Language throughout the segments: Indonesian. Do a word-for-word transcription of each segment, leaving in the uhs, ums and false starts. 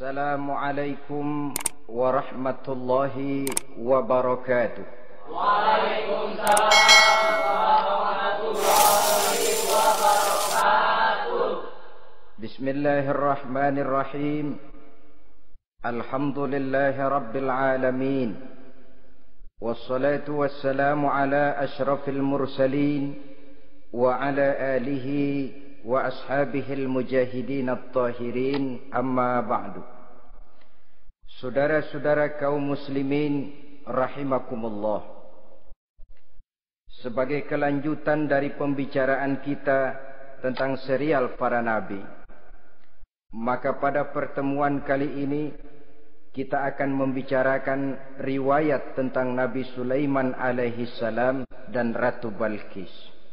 Assalamualaikum warahmatullahi wabarakatuh. Waalaikumsalam warahmatullahi wabarakatuh. Bismillahirrahmanirrahim. Alhamdulillahi rabbil alamin. Wassalatu wassalamu ala asyrafil mursalin wa ala alihi wa ashabihil mujahidin at-tahirin, amma ba'du. Saudara-saudara kaum muslimin rahimakumullah, sebagai kelanjutan dari pembicaraan kita tentang serial para nabi, maka pada pertemuan kali ini kita akan membicarakan riwayat tentang Nabi Sulaiman alaihi salam dan Ratu Balqis.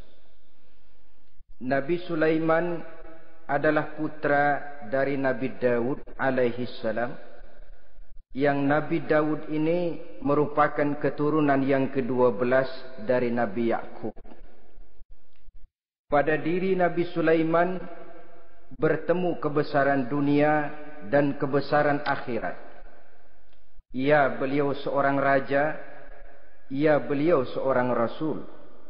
Nabi Sulaiman adalah putra dari Nabi Daud alaihi salam, yang Nabi Daud ini merupakan keturunan yang kedua belas dari Nabi Yakub. Pada diri Nabi Sulaiman bertemu kebesaran dunia dan kebesaran akhirat. Ya, beliau seorang raja. Ya, beliau seorang rasul.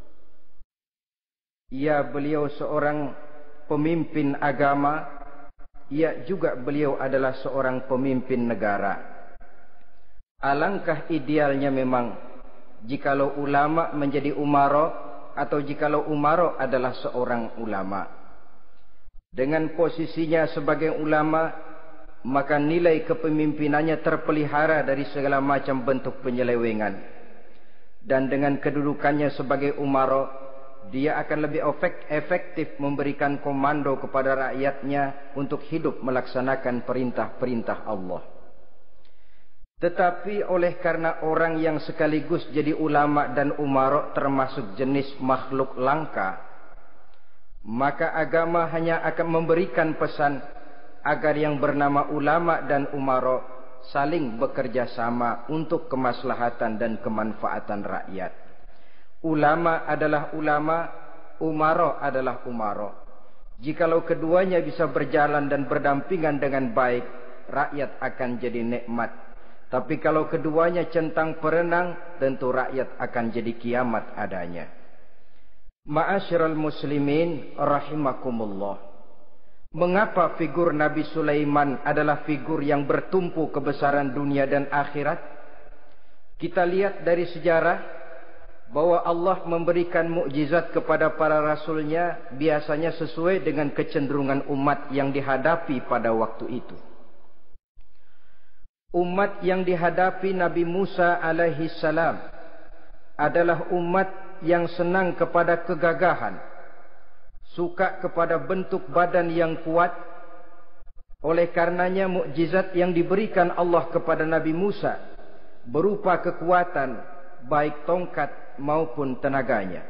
Ya, beliau seorang pemimpin agama. Ya, juga beliau adalah seorang pemimpin negara. Alangkah idealnya memang jikalau ulama menjadi umaro, atau jikalau umaro adalah seorang ulama. Dengan posisinya sebagai ulama, maka nilai kepemimpinannya terpelihara dari segala macam bentuk penyelewengan. Dan dengan kedudukannya sebagai umaro, dia akan lebih efektif memberikan komando kepada rakyatnya untuk hidup melaksanakan perintah-perintah Allah. Tetapi oleh karena orang yang sekaligus jadi ulama dan umaro termasuk jenis makhluk langka, maka agama hanya akan memberikan pesan agar yang bernama ulama dan umaro saling bekerja sama untuk kemaslahatan dan kemanfaatan rakyat. Ulama adalah ulama, umaro adalah umaro. Jikalau keduanya bisa berjalan dan berdampingan dengan baik, rakyat akan jadi nikmat. Tapi kalau keduanya centang perenang, tentu rakyat akan jadi kiamat adanya. Ma'asyiral muslimin rahimakumullah. Mengapa figur Nabi Sulaiman adalah figur yang bertumpu kebesaran dunia dan akhirat? Kita lihat dari sejarah bahwa Allah memberikan mukjizat kepada para rasulnya biasanya sesuai dengan kecenderungan umat yang dihadapi pada waktu itu. Umat yang dihadapi Nabi Musa alaihi salam adalah umat yang senang kepada kegagahan, suka kepada bentuk badan yang kuat. Oleh karenanya mukjizat yang diberikan Allah kepada Nabi Musa berupa kekuatan baik tongkat maupun tenaganya.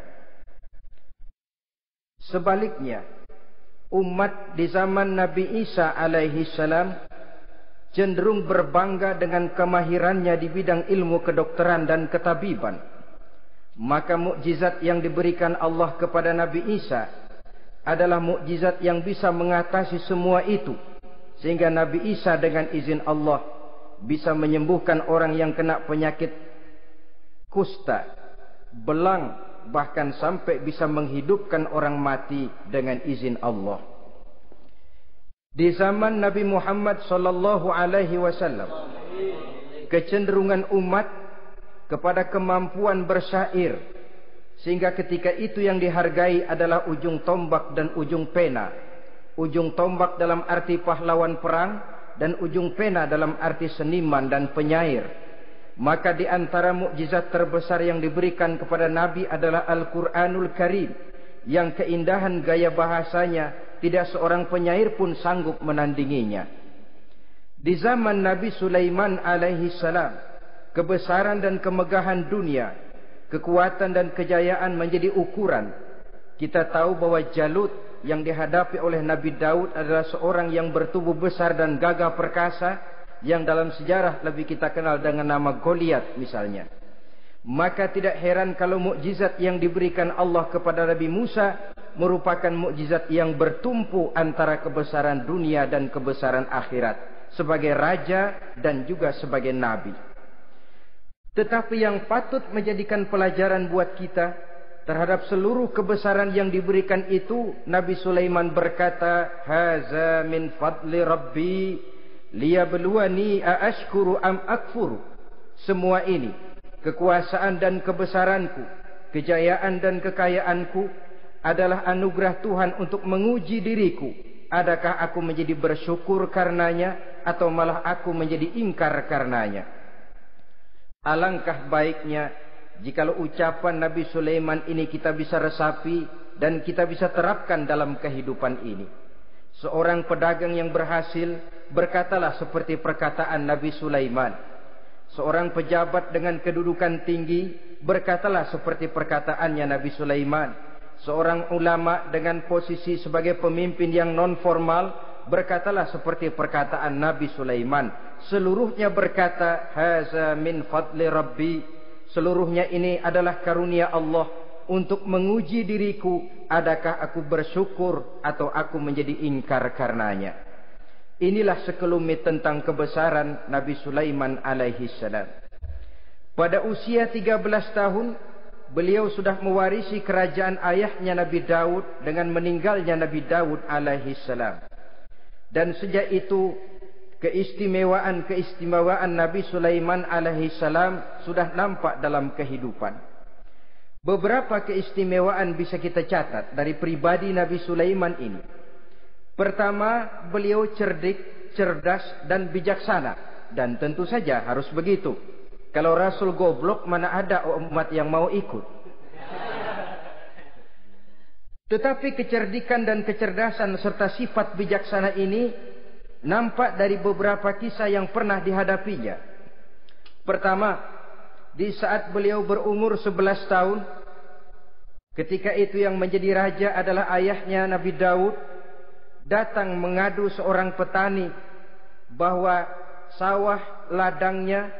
Sebaliknya, umat di zaman Nabi Isa alaihi salam cenderung berbangga dengan kemahirannya di bidang ilmu kedokteran dan ketabiban. Maka mukjizat yang diberikan Allah kepada Nabi Isa adalah mukjizat yang bisa mengatasi semua itu, sehingga Nabi Isa dengan izin Allah bisa menyembuhkan orang yang kena penyakit kusta, belang, bahkan sampai bisa menghidupkan orang mati dengan izin Allah. Di zaman Nabi Muhammad sallallahu alaihi wasallam, kecenderungan umat kepada kemampuan bersyair, sehingga ketika itu yang dihargai adalah ujung tombak dan ujung pena. Ujung tombak dalam arti pahlawan perang, dan ujung pena dalam arti seniman dan penyair. Maka di antara mukjizat terbesar yang diberikan kepada Nabi adalah Al-Quranul Karim, yang keindahan gaya bahasanya tidak seorang penyair pun sanggup menandinginya. Di zaman Nabi Sulaiman alaihi salam, kebesaran dan kemegahan dunia, kekuatan dan kejayaan menjadi ukuran. Kita tahu bahwa Jalut yang dihadapi oleh Nabi Daud adalah seorang yang bertubuh besar dan gagah perkasa, yang dalam sejarah lebih kita kenal dengan nama Goliat misalnya. Maka tidak heran kalau mukjizat yang diberikan Allah kepada Nabi Musa merupakan mukjizat yang bertumpu antara kebesaran dunia dan kebesaran akhirat, sebagai raja dan juga sebagai nabi. Tetapi yang patut menjadikan pelajaran buat kita terhadap seluruh kebesaran yang diberikan itu, Nabi Sulaiman berkata, "Haza min fadli Rabbi liyabluwani aashkuru am akfuru." Semua ini, kekuasaan dan kebesaranku, kejayaan dan kekayaanku adalah anugerah Tuhan untuk menguji diriku. Adakah aku menjadi bersyukur karenanya atau malah aku menjadi ingkar karenanya? Alangkah baiknya jikalau ucapan Nabi Sulaiman ini kita bisa resapi dan kita bisa terapkan dalam kehidupan ini. Seorang pedagang yang berhasil berkatalah seperti perkataan Nabi Sulaiman. Seorang pejabat dengan kedudukan tinggi berkatalah seperti perkataannya Nabi Sulaiman. Seorang ulama dengan posisi sebagai pemimpin yang non formal berkatalah seperti perkataan Nabi Sulaiman. Seluruhnya berkata, "Haza min fadli Rabbi." Seluruhnya ini adalah karunia Allah untuk menguji diriku, adakah aku bersyukur atau aku menjadi ingkar karenanya. Inilah sekelumit tentang kebesaran Nabi Sulaiman alaihi salam. Pada usia tiga belas tahun, beliau sudah mewarisi kerajaan ayahnya Nabi Daud dengan meninggalnya Nabi Daud alaihi salam. Dan sejak itu keistimewaan-keistimewaan Nabi Sulaiman alaihi salam sudah nampak dalam kehidupan. Beberapa keistimewaan bisa kita catat dari pribadi Nabi Sulaiman ini. Pertama, beliau cerdik, cerdas dan bijaksana. Dan tentu saja harus begitu. Kalau Rasul goblok, mana ada umat yang mau ikut. Tetapi kecerdikan dan kecerdasan serta sifat bijaksana ini nampak dari beberapa kisah yang pernah dihadapinya. Pertama, di saat beliau berumur sebelas tahun, ketika itu yang menjadi raja adalah ayahnya Nabi Daud, datang mengadu seorang petani bahwa sawah ladangnya,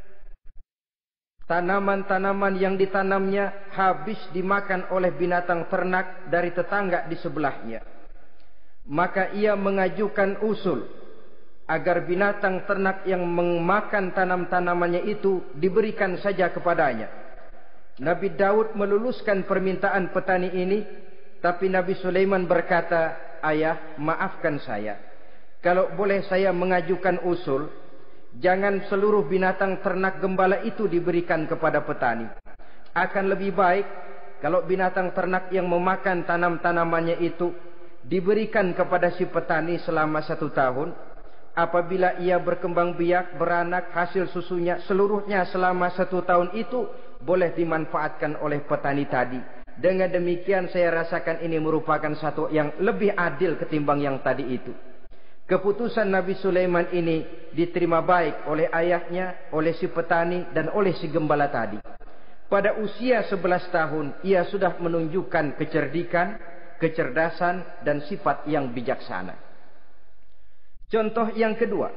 tanaman-tanaman yang ditanamnya habis dimakan oleh binatang ternak dari tetangga di sebelahnya. Maka ia mengajukan usul agar binatang ternak yang memakan tanam-tanamannya itu diberikan saja kepadanya. Nabi Daud meluluskan permintaan petani ini, tapi Nabi Sulaiman berkata, "Ayah, maafkan saya. Kalau boleh saya mengajukan usul, jangan seluruh binatang ternak gembala itu diberikan kepada petani. Akan lebih baik kalau binatang ternak yang memakan tanam-tanamannya itu diberikan kepada si petani selama satu tahun. Apabila ia berkembang biak, beranak, hasil susunya seluruhnya selama satu tahun itu boleh dimanfaatkan oleh petani tadi. Dengan demikian saya rasakan ini merupakan satu yang lebih adil ketimbang yang tadi itu." Keputusan Nabi Sulaiman ini diterima baik oleh ayahnya, oleh si petani dan oleh si gembala tadi. Pada usia sebelas tahun ia sudah menunjukkan kecerdikan, kecerdasan dan sifat yang bijaksana. Contoh yang kedua,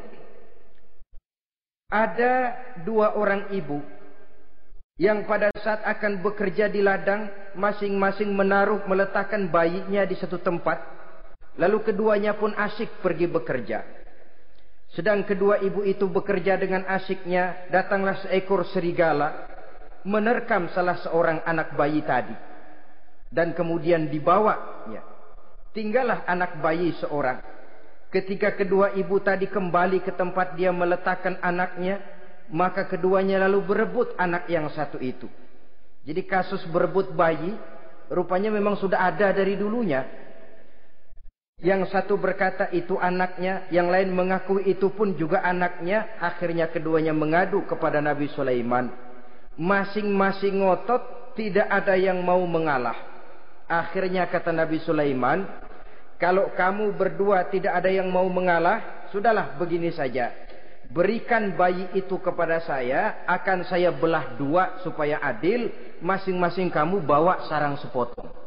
ada dua orang ibu yang pada saat akan bekerja di ladang masing-masing menaruh meletakkan bayinya di satu tempat. Lalu keduanya pun asyik pergi bekerja. Sedang kedua ibu itu bekerja dengan asyiknya, datanglah seekor serigala menerkam salah seorang anak bayi tadi. Dan kemudian dibawa, ya. Tinggallah anak bayi seorang. Ketika kedua ibu tadi kembali ke tempat dia meletakkan anaknya, maka keduanya lalu berebut anak yang satu itu. Jadi kasus berebut bayi rupanya memang sudah ada dari dulunya. Yang satu berkata itu anaknya, yang lain mengakui itu pun juga anaknya. Akhirnya keduanya mengadu kepada Nabi Sulaiman. Masing-masing ngotot, tidak ada yang mau mengalah. Akhirnya kata Nabi Sulaiman, "Kalau kamu berdua tidak ada yang mau mengalah, sudahlah begini saja. Berikan bayi itu kepada saya, akan saya belah dua supaya adil. Masing-masing kamu bawa sarang sepotong."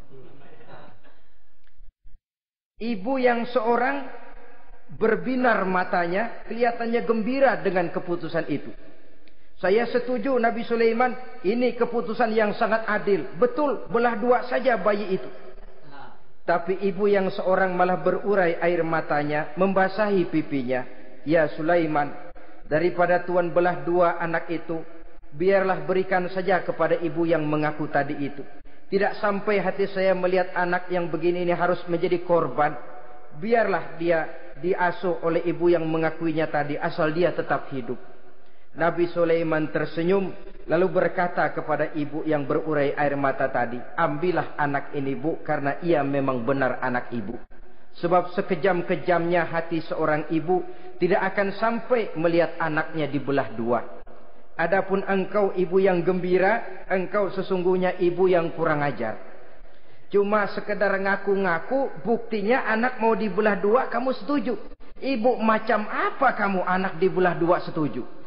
Ibu yang seorang berbinar matanya, kelihatannya gembira dengan keputusan itu. "Saya setuju Nabi Sulaiman, ini keputusan yang sangat adil. Betul, belah dua saja bayi itu." Tapi ibu yang seorang malah berurai air matanya, membasahi pipinya. "Ya Sulaiman, daripada Tuhan belah dua anak itu, biarlah berikan saja kepada ibu yang mengaku tadi itu. Tidak sampai hati saya melihat anak yang begini ini harus menjadi korban. Biarlah dia diasuh oleh ibu yang mengakuinya tadi, asal dia tetap hidup." Nabi Sulaiman tersenyum lalu berkata kepada ibu yang berurai air mata tadi, "Ambillah anak ini, Bu, karena ia memang benar anak ibu. Sebab sekejam-kejamnya hati seorang ibu tidak akan sampai melihat anaknya dibelah dua. Adapun engkau ibu yang gembira, engkau sesungguhnya ibu yang kurang ajar. Cuma sekedar ngaku-ngaku, buktinya anak mau dibelah dua kamu setuju. Ibu macam apa kamu anak dibelah dua setuju?"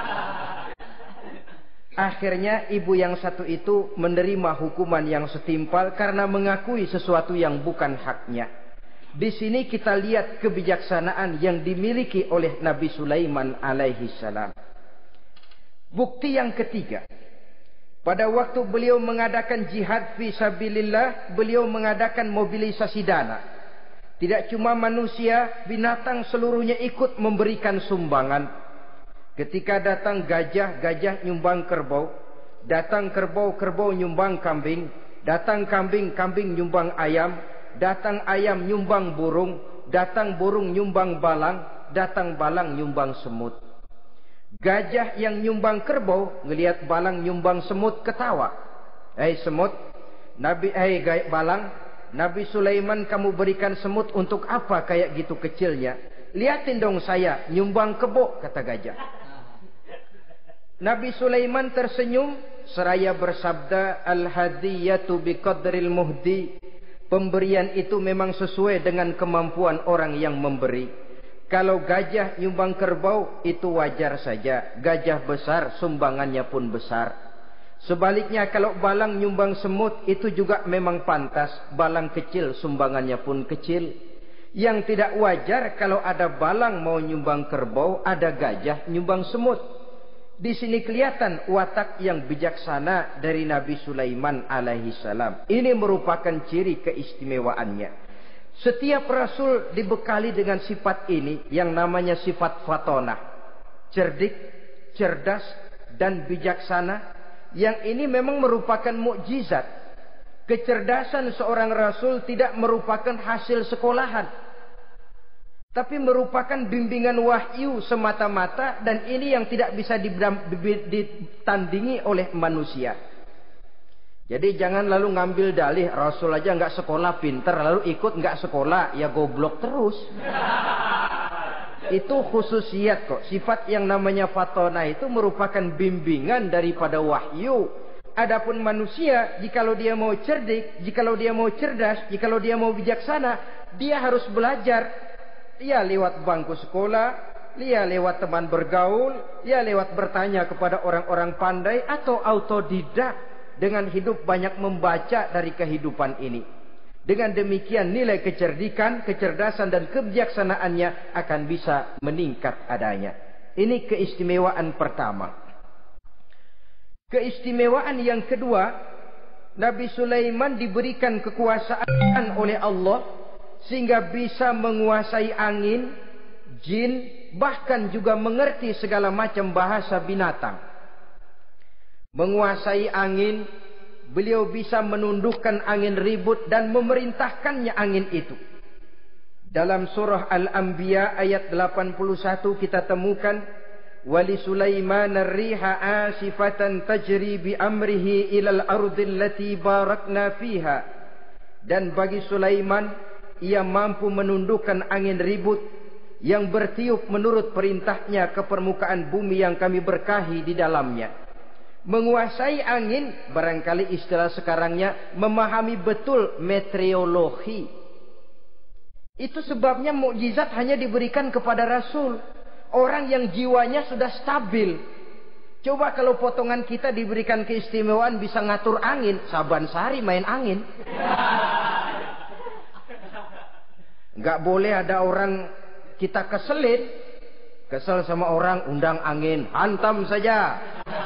Akhirnya ibu yang satu itu menerima hukuman yang setimpal karena mengakui sesuatu yang bukan haknya. Di sini kita lihat kebijaksanaan yang dimiliki oleh Nabi Sulaiman alaihi salam. Bukti yang ketiga, pada waktu beliau mengadakan jihad fi sabilillah, beliau mengadakan mobilisasi dana. Tidak cuma manusia, binatang seluruhnya ikut memberikan sumbangan. Ketika datang gajah, gajah nyumbang kerbau. Datang kerbau, kerbau nyumbang kambing. Datang kambing, kambing nyumbang ayam. Datang ayam nyumbang burung. Datang burung nyumbang balang. Datang balang nyumbang semut. Gajah yang nyumbang kerbau ngelihat balang nyumbang semut ketawa. "Hei semut, Nabi hei hey, balang, Nabi Sulaiman kamu berikan semut untuk apa kayak gitu kecilnya? Lihatin dong saya nyumbang kebo," kata gajah. Nabi Sulaiman tersenyum seraya bersabda, "Al-hadiyatu biqadril muhdi." Pemberian itu memang sesuai dengan kemampuan orang yang memberi. Kalau gajah nyumbang kerbau itu wajar saja. Gajah besar sumbangannya pun besar. Sebaliknya kalau balang nyumbang semut itu juga memang pantas. Balang kecil sumbangannya pun kecil. Yang tidak wajar kalau ada balang mau nyumbang kerbau, ada gajah nyumbang semut. Di sini kelihatan watak yang bijaksana dari Nabi Sulaiman alaihi salam. Ini merupakan ciri keistimewaannya. Setiap rasul dibekali dengan sifat ini yang namanya sifat fatonah. Cerdik, cerdas, dan bijaksana. Yang ini memang merupakan mukjizat. Kecerdasan seorang rasul tidak merupakan hasil sekolahan, tapi merupakan bimbingan wahyu semata-mata, dan ini yang tidak bisa ditandingi oleh manusia. Jadi jangan lalu ngambil dalih rasul aja nggak sekolah pinter lalu ikut nggak sekolah ya goblok terus. Itu khususiat kok. Sifat yang namanya fatona itu merupakan bimbingan daripada wahyu. Adapun manusia, jikalau dia mau cerdik, jikalau dia mau cerdas, jikalau dia mau bijaksana, dia harus belajar. Ya lewat bangku sekolah, ya lewat teman bergaul, ya lewat bertanya kepada orang-orang pandai, atau autodidak dengan hidup banyak membaca dari kehidupan ini. Dengan demikian nilai kecerdikan, kecerdasan dan kebijaksanaannya akan bisa meningkat adanya. Ini keistimewaan pertama. Keistimewaan yang kedua, Nabi Sulaiman diberikan kekuasaan oleh Allah sehingga bisa menguasai angin, jin, bahkan juga mengerti segala macam bahasa binatang. Menguasai angin, beliau bisa menundukkan angin ribut dan memerintahkannya angin itu. Dalam surah Al-Anbiya ayat delapan puluh satu kita temukan, "Wali Sulaiman ar-riha asifatan tajri bi amrihi ilal ardil lati barakna fiha." Dan bagi Sulaiman, ia mampu menundukkan angin ribut yang bertiup menurut perintahnya ke permukaan bumi yang kami berkahi di dalamnya. Menguasai angin, barangkali istilah sekarangnya, memahami betul meteorologi. Itu sebabnya mukjizat hanya diberikan kepada Rasul. Orang yang jiwanya sudah stabil. Coba kalau potongan kita diberikan keistimewaan bisa ngatur angin, Saban Sari main angin. Enggak boleh ada orang kita keselin, kesel sama orang, undang angin, hantam saja.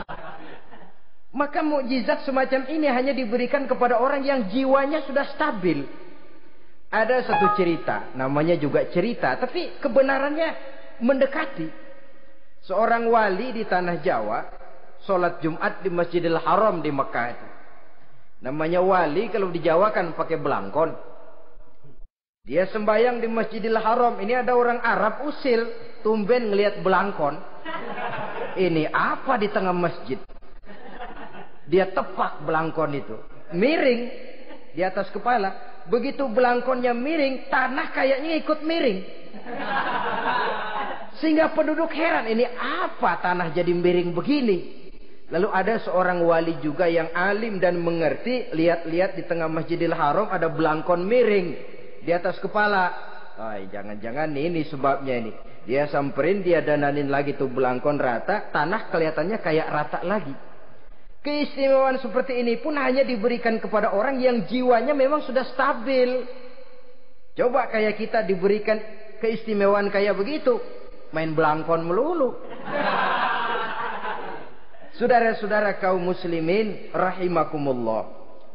Maka mukjizat semacam ini hanya diberikan kepada orang yang jiwanya sudah stabil. Ada satu cerita, namanya juga cerita, tapi kebenarannya mendekati. Seorang wali di tanah Jawa sholat Jumat di Masjidil Haram di Mekah itu. Namanya wali kalau di Jawa kan pakai belangkon. Dia sembahyang di Masjidil Haram. Ini ada orang Arab usil, tumben ngelihat belangkon. Ini apa di tengah masjid? Dia tepak belangkon itu, miring di atas kepala. Begitu belangkonnya miring, tanah kayaknya ikut miring. Sehingga penduduk heran, ini apa tanah jadi miring begini? Lalu ada seorang wali juga yang alim dan mengerti, lihat-lihat di tengah Masjidil Haram ada belangkon miring di atas kepala. Ay, jangan-jangan ini sebabnya ini. Dia samperin, dia dananin lagi tuh belangkon rata, tanah kelihatannya kayak rata lagi. Keistimewaan seperti ini pun hanya diberikan kepada orang yang jiwanya memang sudah stabil. Coba kayak kita diberikan keistimewaan kayak begitu, main belangkon melulu. Saudara-saudara kaum muslimin rahimakumullah,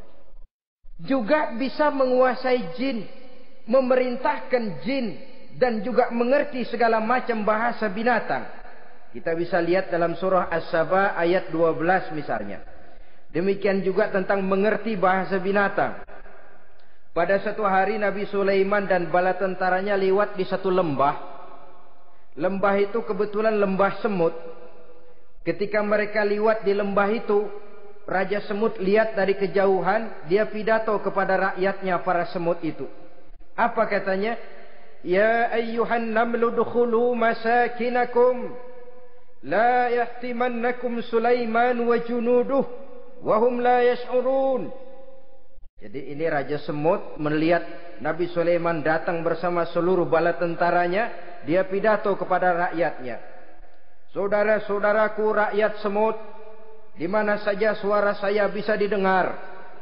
juga bisa menguasai jin, memerintahkan jin, dan juga mengerti segala macam bahasa binatang. Kita bisa lihat dalam surah As-Saba ayat dua belas misalnya. Demikian juga tentang mengerti bahasa binatang. Pada satu hari Nabi Sulaiman dan bala tentaranya lewat di satu lembah. Lembah itu kebetulan lembah semut. Ketika mereka lewat di lembah itu, Raja Semut lihat dari kejauhan, dia pidato kepada rakyatnya para semut itu. Apa katanya? Ya ayyuhan namlu dukhulu masakinakum la yahtimannakum Sulaiman wa junuduh wa hum la yash'urun. Jadi ini Raja Semut melihat Nabi Sulaiman datang bersama seluruh bala tentaranya, dia pidato kepada rakyatnya. Saudara-saudaraku rakyat semut, di mana saja suara saya bisa didengar.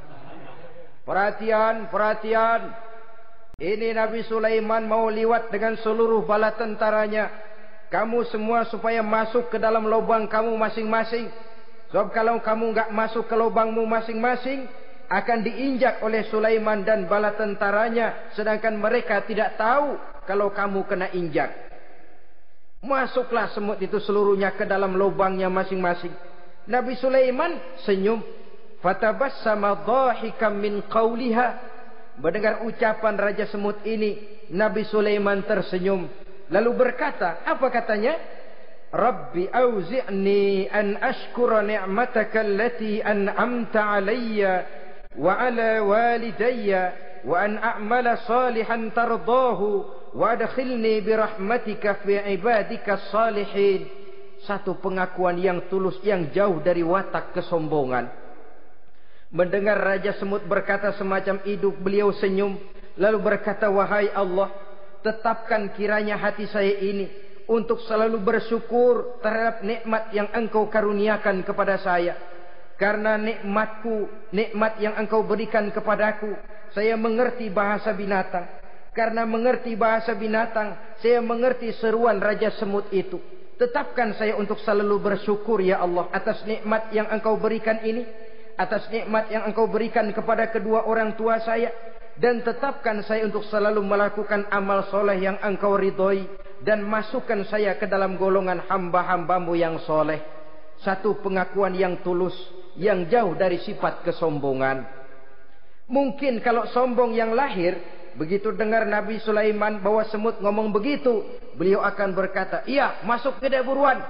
Perhatian, perhatian. Ini Nabi Sulaiman mau liwat dengan seluruh bala tentaranya. Kamu semua supaya masuk ke dalam lubang kamu masing-masing. Sebab kalau kamu enggak masuk ke lubangmu masing-masing, akan diinjak oleh Sulaiman dan bala tentaranya. Sedangkan mereka tidak tahu kalau kamu kena injak. Masuklah semut itu seluruhnya ke dalam lubangnya masing-masing. Nabi Sulaiman senyum. Fatabassama dhahikan min qawliha. Mendengar ucapan Raja Semut ini, Nabi Sulaiman tersenyum. Lalu berkata, apa katanya? Rabbi auzi'ni an ashkura ni'mataka allati an'amta alayya wa ala walidayya wa an a'mala salihan tardahu wa adkhilni birahmatika fi ibadika salihin. Satu pengakuan yang tulus yang jauh dari watak kesombongan. Mendengar Raja Semut berkata semacam itu, beliau senyum lalu berkata, wahai Allah, tetapkan kiranya hati saya ini untuk selalu bersyukur terhadap nikmat yang Engkau karuniakan kepada saya. Karena nikmatku, nikmat yang Engkau berikan kepadaku, saya mengerti bahasa binatang. Karena mengerti bahasa binatang, saya mengerti seruan Raja Semut itu. Tetapkan saya untuk selalu bersyukur ya Allah atas nikmat yang Engkau berikan ini, atas nikmat yang Engkau berikan kepada kedua orang tua saya, dan tetapkan saya untuk selalu melakukan amal soleh yang Engkau ridhoi, dan masukkan saya ke dalam golongan hamba-hambamu yang soleh. Satu pengakuan yang tulus, yang jauh dari sifat kesombongan. Mungkin kalau sombong yang lahir, begitu dengar Nabi Sulaiman bawa semut ngomong begitu, beliau akan berkata, iya masuk gede buruan.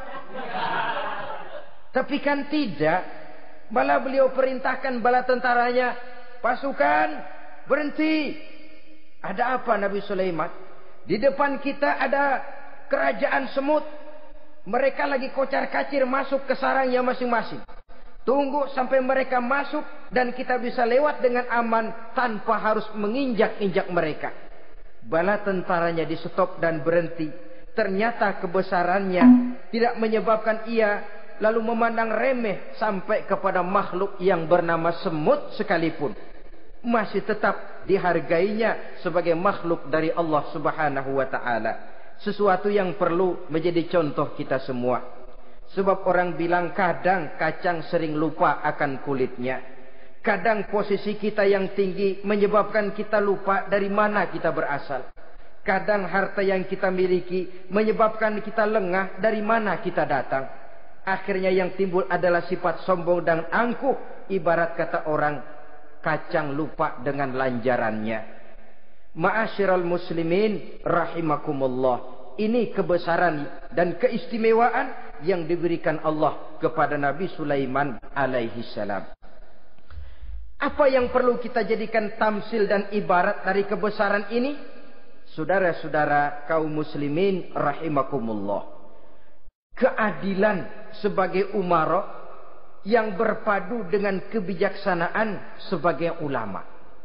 Tapi kan tidak. Malah beliau perintahkan bala tentaranya, pasukan berhenti. Ada apa Nabi Sulaiman? Di depan kita ada kerajaan semut. Mereka lagi kocar-kacir masuk ke sarangnya masing-masing. Tunggu sampai mereka masuk dan kita bisa lewat dengan aman tanpa harus menginjak-injak mereka. Bala tentaranya di stop dan berhenti. Ternyata kebesarannya tidak menyebabkan ia lalu memandang remeh sampai kepada makhluk yang bernama semut sekalipun. Masih tetap dihargainya sebagai makhluk dari Allah Subhanahu wa ta'ala. Sesuatu yang perlu menjadi contoh kita semua. Sebab orang bilang kadang kacang sering lupa akan kulitnya. Kadang posisi kita yang tinggi menyebabkan kita lupa dari mana kita berasal. Kadang harta yang kita miliki menyebabkan kita lengah dari mana kita datang. Akhirnya yang timbul adalah sifat sombong dan angkuh. Ibarat kata orang, kacang lupa dengan lanjarannya. Ma'asyiral muslimin rahimakumullah. Ini kebesaran dan keistimewaan yang diberikan Allah kepada Nabi Sulaiman alaihi salam. Apa yang perlu kita jadikan tamsil dan ibarat dari kebesaran ini? Saudara-saudara kaum muslimin rahimakumullah. Keadilan sebagai umara yang berpadu dengan kebijaksanaan sebagai ulama.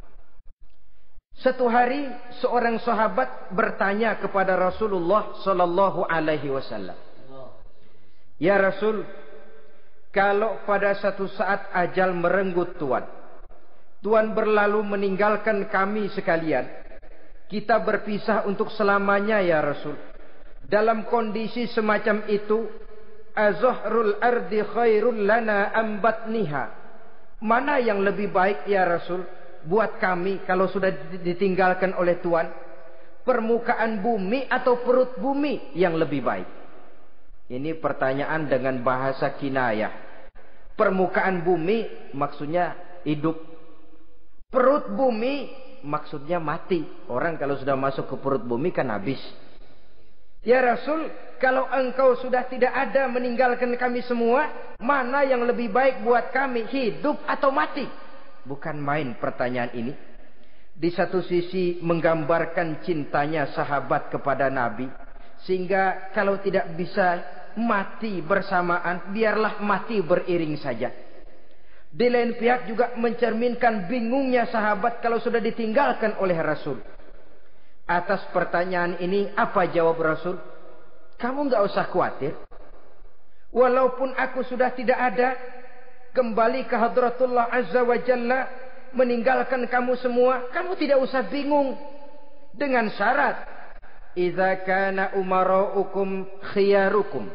Satu hari seorang sahabat bertanya kepada Rasulullah sallallahu alaihi wasallam. Ya Rasul, kalau pada satu saat ajal merenggut Tuhan, Tuhan berlalu meninggalkan kami sekalian, kita berpisah untuk selamanya ya Rasul. Dalam kondisi semacam itu, azahrul ardi khairul lana ambatniha. Mana yang lebih baik ya Rasul buat kami kalau sudah ditinggalkan oleh Tuhan? Permukaan bumi atau perut bumi yang lebih baik? Ini pertanyaan dengan bahasa kinayah. Permukaan bumi maksudnya hidup. Perut bumi maksudnya mati. Orang kalau sudah masuk ke perut bumi kan habis. Ya Rasul, kalau engkau sudah tidak ada meninggalkan kami semua, mana yang lebih baik buat kami, hidup atau mati? Bukan main pertanyaan ini. Di satu sisi menggambarkan cintanya sahabat kepada Nabi, sehingga kalau tidak bisa mati bersamaan, biarlah mati beriring saja. Di lain pihak juga mencerminkan bingungnya sahabat kalau sudah ditinggalkan oleh Rasul. Atas pertanyaan ini apa jawab Rasul? Kamu enggak usah khawatir. Walaupun aku sudah tidak ada, kembali ke hadratullah azza wa jalla, meninggalkan kamu semua, kamu tidak usah bingung. Dengan syarat, idza kana umaraukum khiyarukum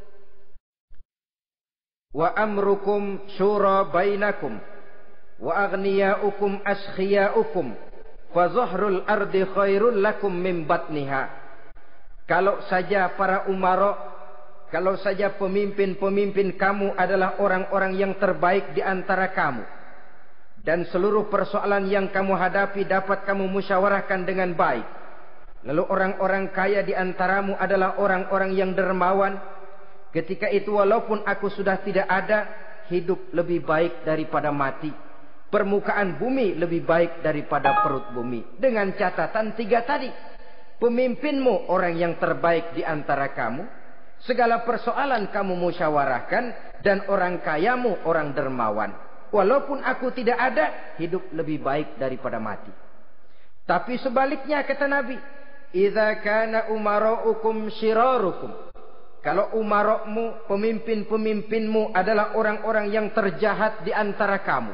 wa amrukum syura bainakum wa aghniyaukum askhiyaukum fa zahrul ardi khairul lakum min batniha. Kalau saja para umara, kalau saja pemimpin-pemimpin kamu adalah orang-orang yang terbaik di antara kamu, dan seluruh persoalan yang kamu hadapi dapat kamu musyawarahkan dengan baik, lalu orang-orang kaya di antaramu adalah orang-orang yang dermawan, ketika itu walaupun aku sudah tidak ada, hidup lebih baik daripada mati. Permukaan bumi lebih baik daripada perut bumi. Dengan catatan tiga tadi. Pemimpinmu orang yang terbaik di antara kamu, segala persoalan kamu musyawarahkan, dan orang kayamu orang dermawan. Walaupun aku tidak ada, hidup lebih baik daripada mati. Tapi sebaliknya kata Nabi, idza kana umaraukum syirarukum. Kalau umarokmu, pemimpin-pemimpinmu adalah orang-orang yang terjahat di antara kamu.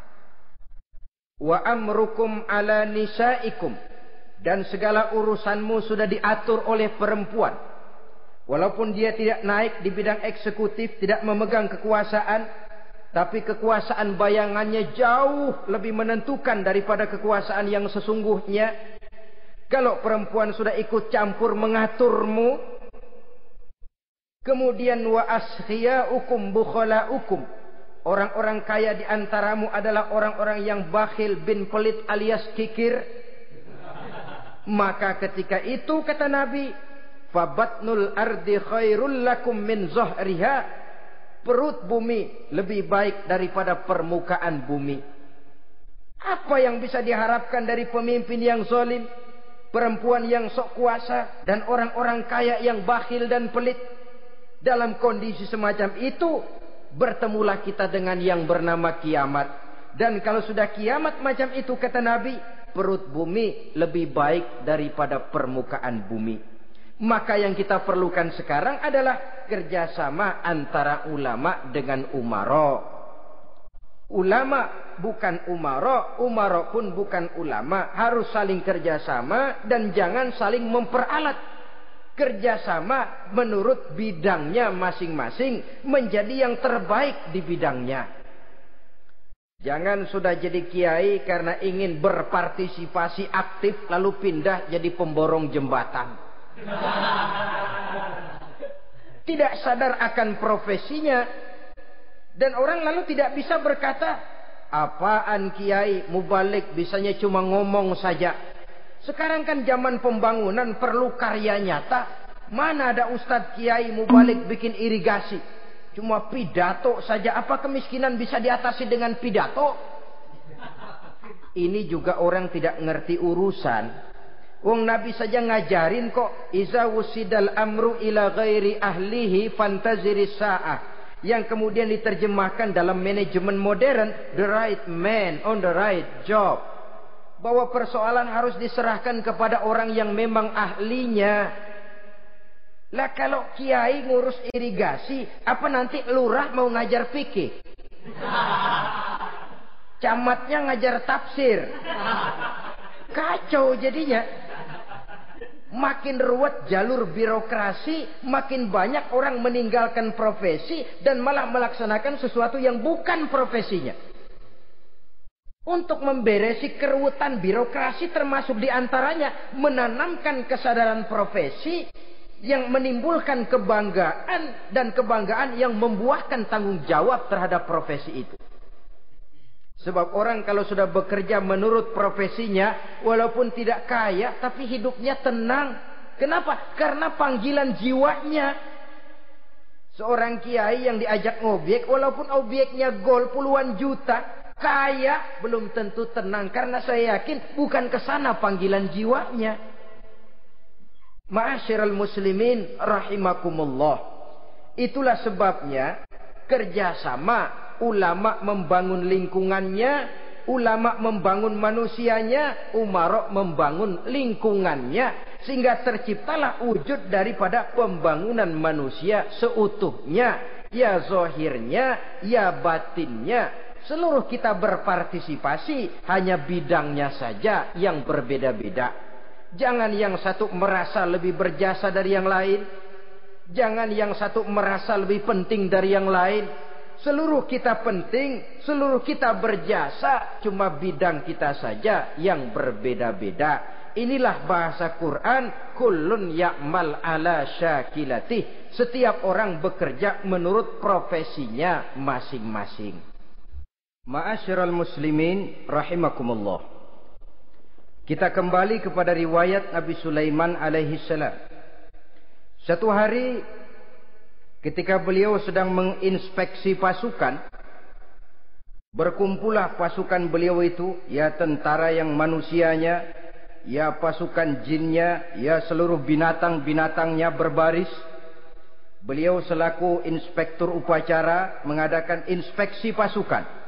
Wa amrukum ala nisaikum, dan segala urusanmu sudah diatur oleh perempuan. Walaupun dia tidak naik di bidang eksekutif, tidak memegang kekuasaan, tapi kekuasaan bayangannya jauh lebih menentukan daripada kekuasaan yang sesungguhnya. Kalau perempuan sudah ikut campur mengaturmu, kemudian wa askhiyaukum bukhalaukum, orang-orang kaya di antaramu adalah orang-orang yang bakhil bin pelit alias kikir, maka ketika itu kata Nabi, fabatnul ardi khairul lakum min zahriha, perut bumi lebih baik daripada permukaan bumi. Apa yang bisa diharapkan dari pemimpin yang zalim, perempuan yang sok kuasa, dan orang-orang kaya yang bakhil dan pelit? Dalam kondisi semacam itu, bertemulah kita dengan yang bernama kiamat. Dan kalau sudah kiamat macam itu kata Nabi, perut bumi lebih baik daripada permukaan bumi. Maka yang kita perlukan sekarang adalah kerjasama antara ulama dengan umara. Ulama bukan umara, umara pun bukan ulama. Harus saling kerjasama dan jangan saling memperalat. Kerjasama menurut bidangnya masing-masing, menjadi yang terbaik di bidangnya. Jangan sudah jadi kiai karena ingin berpartisipasi aktif lalu pindah jadi pemborong jembatan. Tidak sadar akan profesinya. Dan orang lalu tidak bisa berkata, apaan kiai mubalik bisanya cuma ngomong saja. Sekarang kan zaman pembangunan perlu karya nyata. Mana ada ustadz kiai mubalik bikin irigasi. Cuma pidato saja. Apa kemiskinan bisa diatasi dengan pidato? Ini juga orang tidak ngerti urusan. Wong Nabi saja ngajarin kok. Iza wusidal amru ila ghairi ahlihi fantaziri sa'ah. Yang kemudian diterjemahkan dalam manajemen modern. The right man on the right job. Bahwa persoalan harus diserahkan kepada orang yang memang ahlinya. Lah kalau kiai ngurus irigasi, apa nanti lurah mau ngajar fikih? Camatnya ngajar tafsir. Kacau jadinya. Makin ruwet jalur birokrasi, makin banyak orang meninggalkan profesi dan malah melaksanakan sesuatu yang bukan profesinya. Untuk memberesi keruwetan birokrasi termasuk diantaranya menanamkan kesadaran profesi yang menimbulkan kebanggaan dan kebanggaan yang membuahkan tanggung jawab terhadap profesi itu. Sebab orang kalau sudah bekerja menurut profesinya, walaupun tidak kaya, tapi hidupnya tenang. Kenapa? Karena panggilan jiwanya. Seorang kiai yang diajak ngobjek, walaupun objeknya gol puluhan juta, kaya, belum tentu tenang. Karena saya yakin bukan ke sana panggilan jiwanya. Ma'asyiral muslimin rahimakumullah. Itulah sebabnya kerjasama ulama membangun lingkungannya, ulama membangun manusianya, umarok membangun lingkungannya, sehingga terciptalah wujud daripada pembangunan manusia seutuhnya, ya zahirnya, ya batinnya. Seluruh kita berpartisipasi, hanya bidangnya saja yang berbeda-beda. Jangan yang satu merasa lebih berjasa dari yang lain. Jangan yang satu merasa lebih penting dari yang lain. Seluruh kita penting, seluruh kita berjasa. Cuma bidang kita saja yang berbeda-beda. Inilah bahasa Quran. Kullun ya'mal ala syakilatih. Setiap orang bekerja menurut profesinya masing-masing. Ma'asyiral muslimin rahimakumullah. Kita kembali kepada riwayat Nabi Sulaiman alaihi salam. Satu hari ketika beliau sedang menginspeksi pasukan, berkumpullah pasukan beliau itu, ya tentara yang manusianya, ya pasukan jinnya, ya seluruh binatang-binatangnya berbaris. Beliau selaku inspektur upacara mengadakan inspeksi pasukan.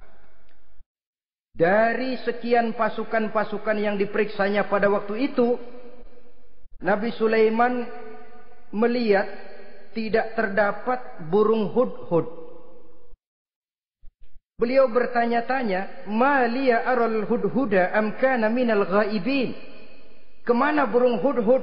Dari sekian pasukan-pasukan yang diperiksanya pada waktu itu, Nabi Sulaiman melihat tidak terdapat burung hudhud. Beliau bertanya-tanya, "Ma liya aral hudhuda am kana minal ghaibin?" Kemana burung hudhud?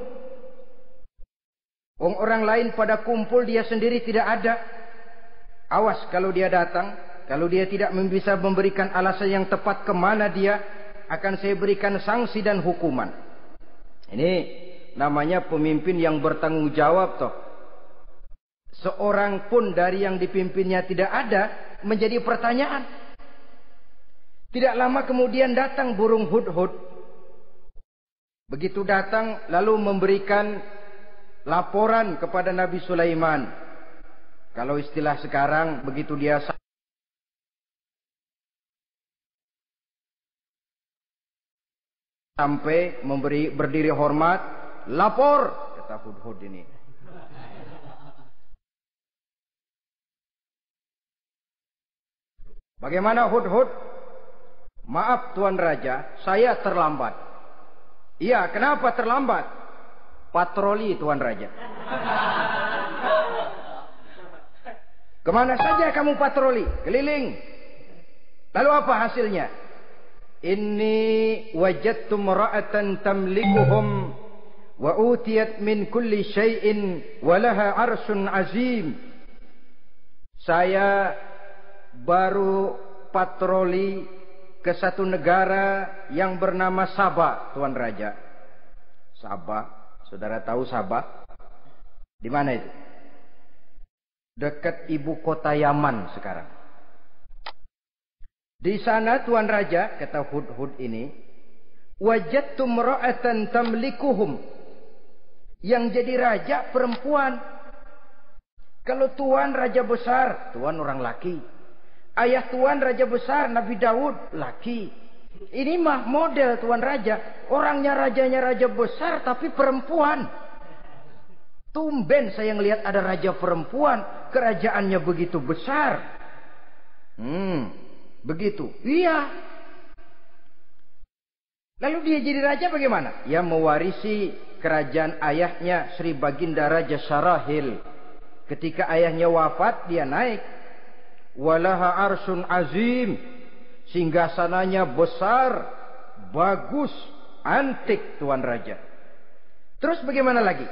Orang lain pada kumpul, dia sendiri tidak ada. Awas kalau dia datang. Kalau dia tidak bisa memberikan alasan yang tepat kemana dia, akan saya berikan sanksi dan hukuman. Ini namanya pemimpin yang bertanggung jawab toh. Seorang pun dari yang dipimpinnya tidak ada, menjadi pertanyaan. Tidak lama kemudian datang burung hudhud. Begitu datang lalu memberikan laporan kepada Nabi Sulaiman. Kalau istilah sekarang, begitu dia sampai memberi berdiri hormat, lapor, kata hudhud ini. Bagaimana hudhud? Maaf Tuan Raja, saya terlambat. Iya, kenapa terlambat? Patroli Tuan Raja. Kemana saja kamu patroli? Keliling. Lalu apa hasilnya? Inni wajadtu imra'atan tamlikuhum wa utiyat min kulli syai'in wa laha 'arsyun 'azim. Saya baru patroli ke satu negara yang bernama Sabah, Tuan Raja. Sabah, saudara tahu Sabah? Di mana itu? Dekat ibu kota Yaman sekarang. Di sana Tuan Raja, kata Hudhud ini, wajadtu mra'atan tamlikuhum. Yang jadi raja perempuan. Kalau Tuan raja besar, Tuan orang laki. Ayah Tuan raja besar Nabi Daud laki. Ini mah model Tuan raja. Orangnya rajanya raja besar tapi perempuan. Tumben saya ngelihat ada raja perempuan, kerajaannya begitu besar. Hmm, begitu. Iya. Lalu dia jadi raja bagaimana? Ya mewarisi kerajaan ayahnya Sri Baginda Raja Syarahil. Ketika ayahnya wafat, dia naik. Walaha arsun azim, singgasananya besar, bagus, antik Tuan Raja. Terus bagaimana lagi?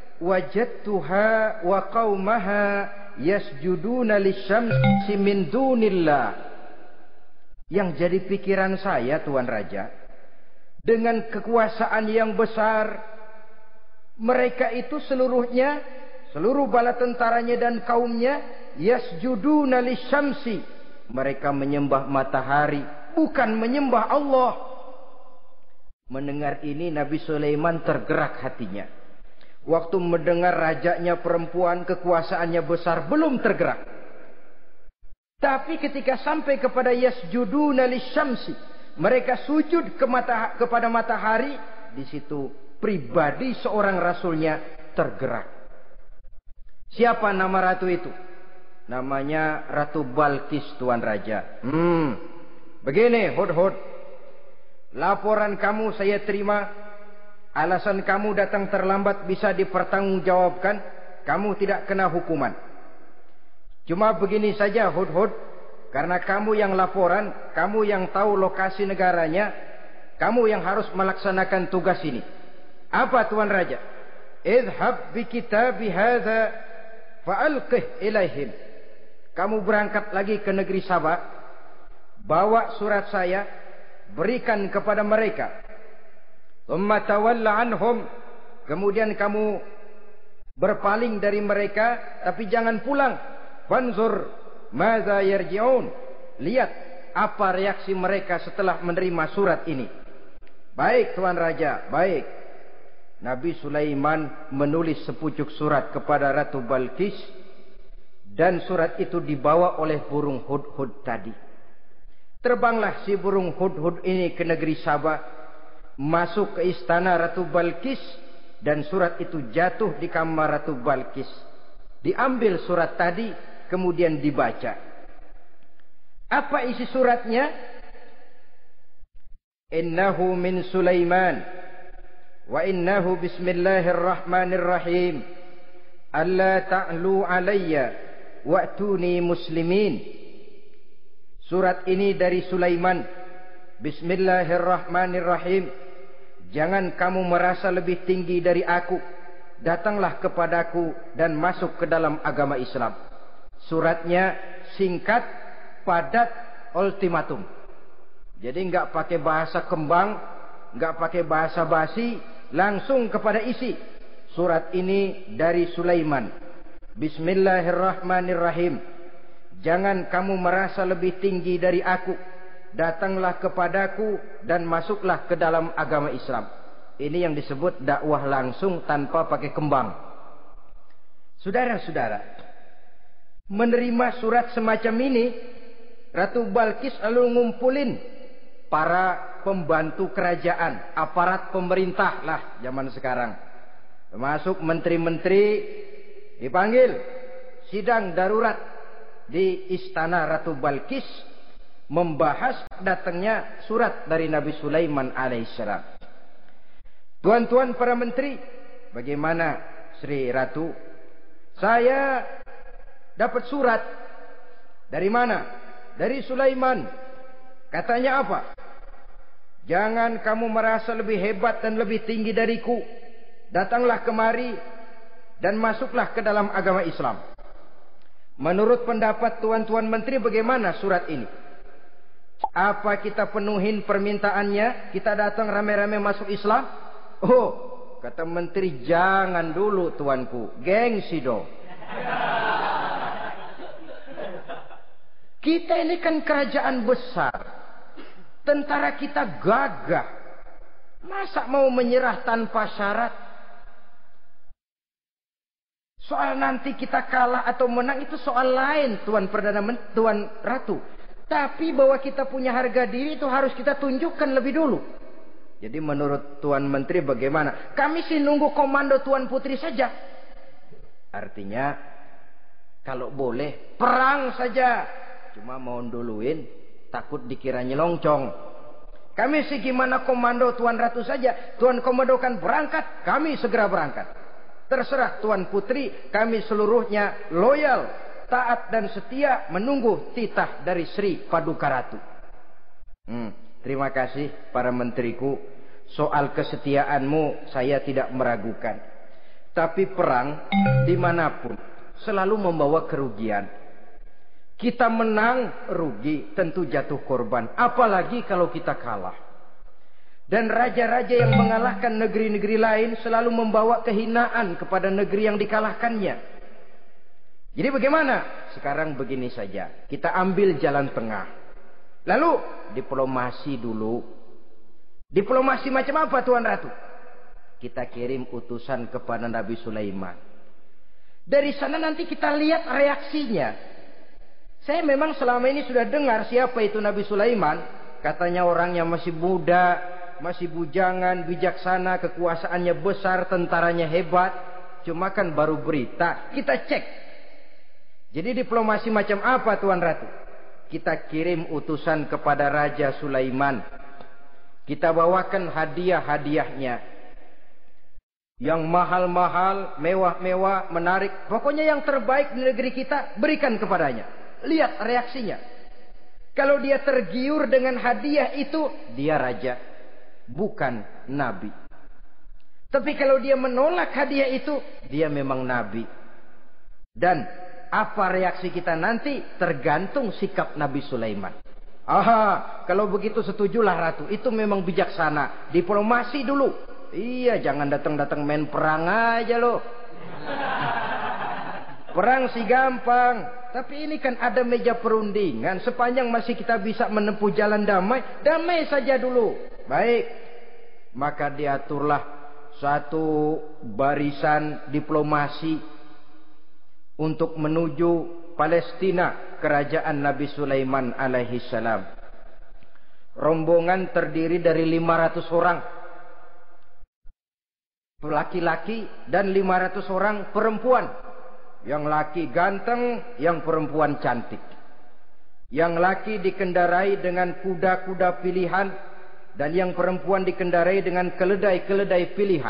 Wajadtuha wa qaumaha yasjuduna lisyamsi min dunillah. Yang jadi pikiran saya Tuan Raja, dengan kekuasaan yang besar, mereka itu seluruhnya, seluruh bala tentaranya dan kaumnya, yasjuduna lisyamsi, mereka menyembah matahari, bukan menyembah Allah. Mendengar ini Nabi Sulaiman tergerak hatinya. Waktu mendengar rajanya perempuan, kekuasaannya besar, belum tergerak. Tapi ketika sampai kepada yasjuduna lisyamsi, mereka sujud ke mata, kepada matahari, di situ pribadi seorang rasulnya tergerak. Siapa nama ratu itu? Namanya Ratu Balkis Tuan Raja. Hmm, begini Hudhud, laporan kamu saya terima. Alasan kamu datang terlambat bisa dipertanggungjawabkan. Kamu tidak kena hukuman. Cuma begini saja Hudhud, karena kamu yang laporan, kamu yang tahu lokasi negaranya, kamu yang harus melaksanakan tugas ini. Apa Tuan Raja? Idhab bi kitabi hadza fa'alqih ilaihim. Kamu berangkat lagi ke negeri Sabah, bawa surat saya, berikan kepada mereka. Umma tawalla anhum, kemudian kamu berpaling dari mereka, tapi jangan pulang. Fanzur madza yarji'un, lihat apa reaksi mereka setelah menerima surat ini. Baik Tuan Raja, baik. Nabi Sulaiman menulis sepucuk surat kepada Ratu Balkis, dan surat itu dibawa oleh burung Hudhud tadi. Terbanglah si burung Hudhud ini ke negeri Sabah, masuk ke istana Ratu Balkis, dan surat itu jatuh di kamar Ratu Balkis. Diambil surat tadi, kemudian dibaca. Apa isi suratnya? Innahu min Sulaiman wa innahu bismillahirrahmanirrahim. Alla ta'lu alayya wa'tuni muslimin. Surat ini dari Sulaiman. Bismillahirrahmanirrahim. Jangan kamu merasa lebih tinggi dari aku. Datanglah kepadaku dan masuk ke dalam agama Islam. Suratnya singkat, padat, ultimatum. Jadi enggak pakai bahasa kembang, enggak pakai bahasa basi, langsung kepada isi. Surat ini dari Sulaiman. Bismillahirrahmanirrahim. Jangan kamu merasa lebih tinggi dari aku. Datanglah kepadaku dan masuklah ke dalam agama Islam. Ini yang disebut dakwah langsung tanpa pakai kembang. Saudara-saudara, menerima surat semacam ini, Ratu Balkis lalu ngumpulin para pembantu kerajaan, aparat pemerintah lah zaman sekarang. Termasuk menteri-menteri dipanggil, sidang darurat di istana Ratu Balkis, membahas datangnya surat dari Nabi Sulaiman alaihissalam. Tuan-tuan para menteri, bagaimana Sri Ratu? Saya dapat surat. Dari mana? Dari Sulaiman. Katanya apa? Jangan kamu merasa lebih hebat dan lebih tinggi dariku. Datanglah kemari dan masuklah ke dalam agama Islam. Menurut pendapat tuan-tuan menteri, bagaimana surat ini? Apa kita penuhin permintaannya? Kita datang rame-rame masuk Islam? Oh, kata menteri, jangan dulu tuanku, gengsi dong. Kita ini kan kerajaan besar, tentara kita gagah. Masa mau menyerah tanpa syarat? Soal nanti kita kalah atau menang itu soal lain, Tuan Perdana Menteri, Tuan Ratu. Tapi bahwa kita punya harga diri itu harus kita tunjukkan lebih dulu. Jadi menurut Tuan Menteri bagaimana? Kami sih nunggu komando Tuan Putri saja. Artinya kalau boleh perang saja. Cuma mau duluin, takut dikira nyelongcong. Kami sih gimana komando Tuan Ratu saja. Tuan komandokan berangkat, kami segera berangkat. Terserah Tuan Putri, kami seluruhnya loyal, taat dan setia menunggu titah dari Sri Paduka Ratu. Hmm, terima kasih para menteriku. Soal kesetiaanmu saya tidak meragukan. Tapi perang dimanapun selalu membawa kerugian. Kita menang rugi, tentu jatuh korban. Apalagi kalau kita kalah. Dan raja-raja yang mengalahkan negeri-negeri lain selalu membawa kehinaan kepada negeri yang dikalahkannya. Jadi bagaimana? Sekarang begini saja. Kita ambil jalan tengah. Lalu diplomasi dulu. Diplomasi macam apa Tuan Ratu? Kita kirim utusan kepada Nabi Sulaiman. Dari sana nanti kita lihat reaksinya. Saya memang selama ini sudah dengar siapa itu Nabi Sulaiman. Katanya orangnya masih muda, masih bujangan, bijaksana, kekuasaannya besar, tentaranya hebat. Cuma kan baru berita, kita cek. Jadi diplomasi macam apa Tuan Ratu? Kita kirim utusan kepada Raja Sulaiman. Kita bawakan hadiah-hadiahnya. Yang mahal-mahal, mewah-mewah, menarik. Pokoknya yang terbaik di negeri kita, berikan kepadanya. Lihat reaksinya. Kalau dia tergiur dengan hadiah itu, dia raja, bukan nabi. Tapi kalau dia menolak hadiah itu, dia memang nabi. Dan apa reaksi kita nanti tergantung sikap Nabi Sulaiman. Aha, kalau begitu setujulah Ratu. Itu memang bijaksana. Diplomasi dulu. Iya, jangan datang-datang main perang aja loh. Perang sih gampang. Tapi ini kan ada meja perundingan. Sepanjang masih kita bisa menempuh jalan damai, damai saja dulu. Baik. Maka diaturlah satu barisan diplomasi untuk menuju Palestina, kerajaan Nabi Sulaiman alaihi salam. Rombongan terdiri dari lima ratus orang laki-laki dan lima ratus orang perempuan. Yang laki ganteng, yang perempuan cantik. Yang laki dikendarai dengan kuda-kuda pilihan, dan yang perempuan dikendarai dengan keledai-keledai pilihan.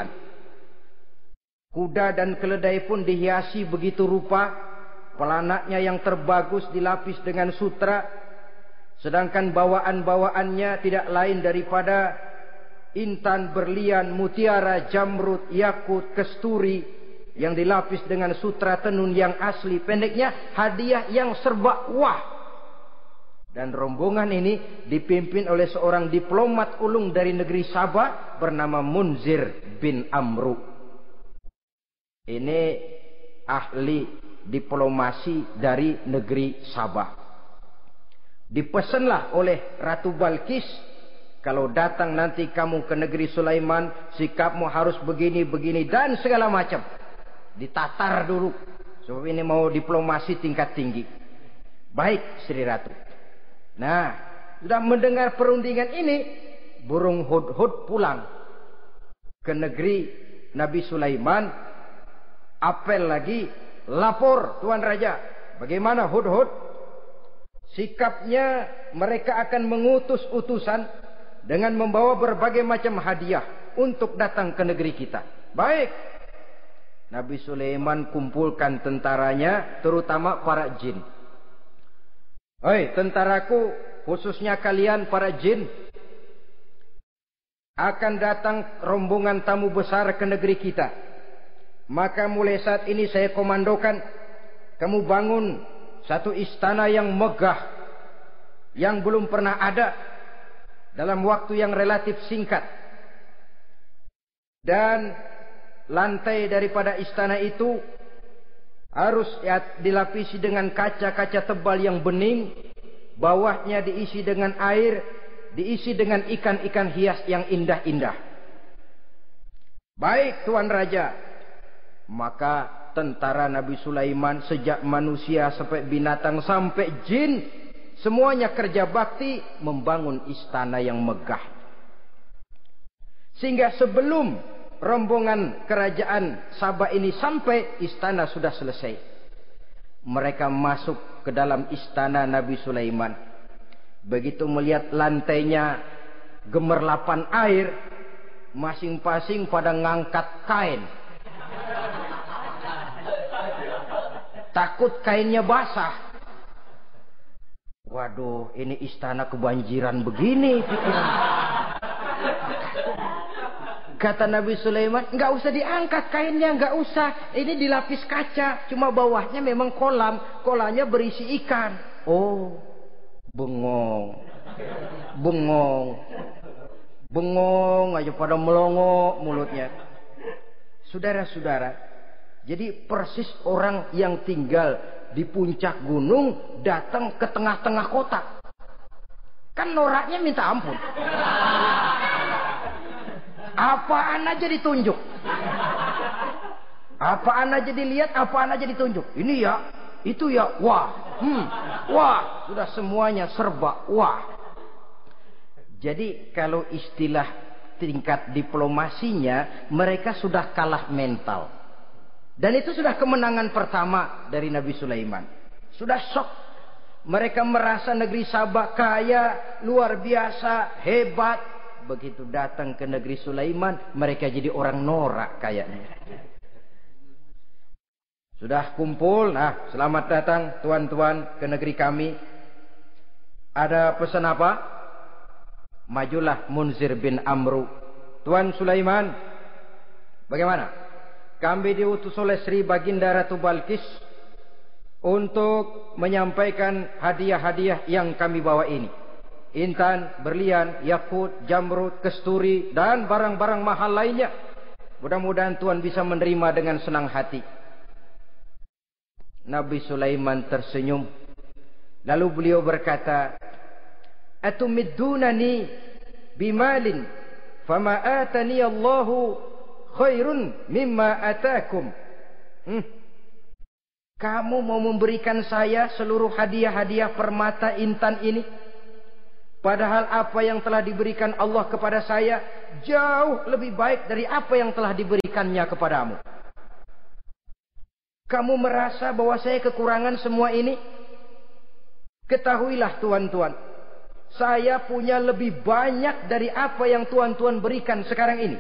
Kuda dan keledai pun dihiasi begitu rupa. Pelanaknya yang terbagus dilapis dengan sutra. Sedangkan bawaan-bawaannya tidak lain daripada intan, berlian, mutiara, jamrud, yakut, kesturi, yang dilapis dengan sutra tenun yang asli. Pendeknya hadiah yang serba wah. Dan rombongan ini dipimpin oleh seorang diplomat ulung dari negeri Sabah bernama Munzir bin Amru. Ini ahli diplomasi dari negeri Sabah. Dipesanlah oleh Ratu Balkis, kalau datang nanti kamu ke negeri Sulaiman, sikapmu harus begini, begini, dan segala macam. Ditatar dulu. Sebab ini mau diplomasi tingkat tinggi. Baik, Sri Ratu. Nah, sudah mendengar perundingan ini, burung hudhud pulang ke negeri Nabi Sulaiman. Apel lagi, lapor Tuan Raja. Bagaimana hudhud? Sikapnya mereka akan mengutus utusan dengan membawa berbagai macam hadiah untuk datang ke negeri kita. Baik. Nabi Sulaiman kumpulkan tentaranya, terutama para jin. Hei tentaraku, khususnya kalian para jin, akan datang rombongan tamu besar ke negeri kita. Maka mulai saat ini saya komandokan, kamu bangun satu istana yang megah, yang belum pernah ada dalam waktu yang relatif singkat. Dan lantai daripada istana itu harus ya, dilapisi dengan kaca-kaca tebal yang bening, bawahnya diisi dengan air, diisi dengan ikan-ikan hias yang indah-indah. Baik Tuan Raja, maka tentara Nabi Sulaiman sejak manusia sampai binatang sampai jin, semuanya kerja bakti membangun istana yang megah. Sehingga sebelum rombongan kerajaan Sabah ini sampai, istana sudah selesai. Mereka masuk ke dalam istana Nabi Sulaiman. Begitu melihat lantainya gemerlapan air, masing-masing pada ngangkat kain. Takut kainnya basah. Waduh, ini istana kebanjiran begini pikiran. Kata Nabi Sulaiman, nggak usah diangkat kainnya, nggak usah. Ini dilapis kaca, cuma bawahnya memang kolam. Kolamnya berisi ikan. Oh, bengong, bengong, bengong aja pada melongo mulutnya. Saudara-saudara, jadi persis orang yang tinggal di puncak gunung datang ke tengah-tengah kota. Kan noraknya minta ampun. Apaan aja ditunjuk. Apaan aja dilihat, apaan aja ditunjuk. Ini ya, itu ya, wah, hmm, wah, sudah semuanya serba wah. Jadi kalau istilah tingkat diplomasinya, mereka sudah kalah mental. Dan itu sudah kemenangan pertama dari Nabi Sulaiman. Sudah shock. Mereka merasa negeri Sabah kaya, luar biasa, hebat. Begitu datang ke negeri Sulaiman, mereka jadi orang norak kayaknya. Sudah kumpul, nah selamat datang tuan-tuan ke negeri kami. Ada pesan apa? Majulah Munzir bin Amru. Tuan Sulaiman, bagaimana? Kami diutus oleh Sri Baginda Ratu Balkis untuk menyampaikan hadiah-hadiah yang kami bawa ini. Intan, berlian, yakut, jamrud, kesturi, dan barang-barang mahal lainnya. Mudah-mudahan Tuhan bisa menerima dengan senang hati. Nabi Sulaiman tersenyum. Lalu beliau berkata, Atumiddunani bimalin, fama atani Allahu khairun mimma atakum. Hmm. Kamu mau memberikan saya seluruh hadiah-hadiah permata intan ini? Padahal apa yang telah diberikan Allah kepada saya jauh lebih baik dari apa yang telah diberikannya kepadamu. Kamu merasa bahwa saya kekurangan semua ini? Ketahuilah tuan-tuan, saya punya lebih banyak dari apa yang tuan-tuan berikan sekarang ini.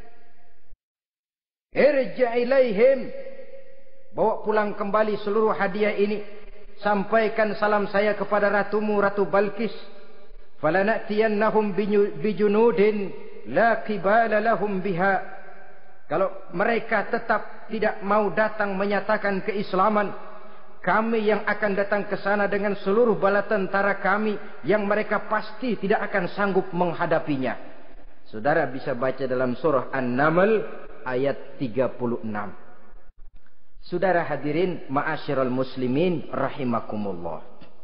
Irja' ilaihim, bawa pulang kembali seluruh hadiah ini. Sampaikan salam saya kepada ratumu, Ratu Balkis. Falanatiyannahum bijunudin la qibala lahum biha. Kalau mereka tetap tidak mau datang menyatakan keislaman, kami yang akan datang ke sana dengan seluruh bala tentara kami yang mereka pasti tidak akan sanggup menghadapinya. Saudara bisa baca dalam surah An-Naml ayat tiga puluh enam. Saudara hadirin ma'asyiral muslimin rahimakumullah.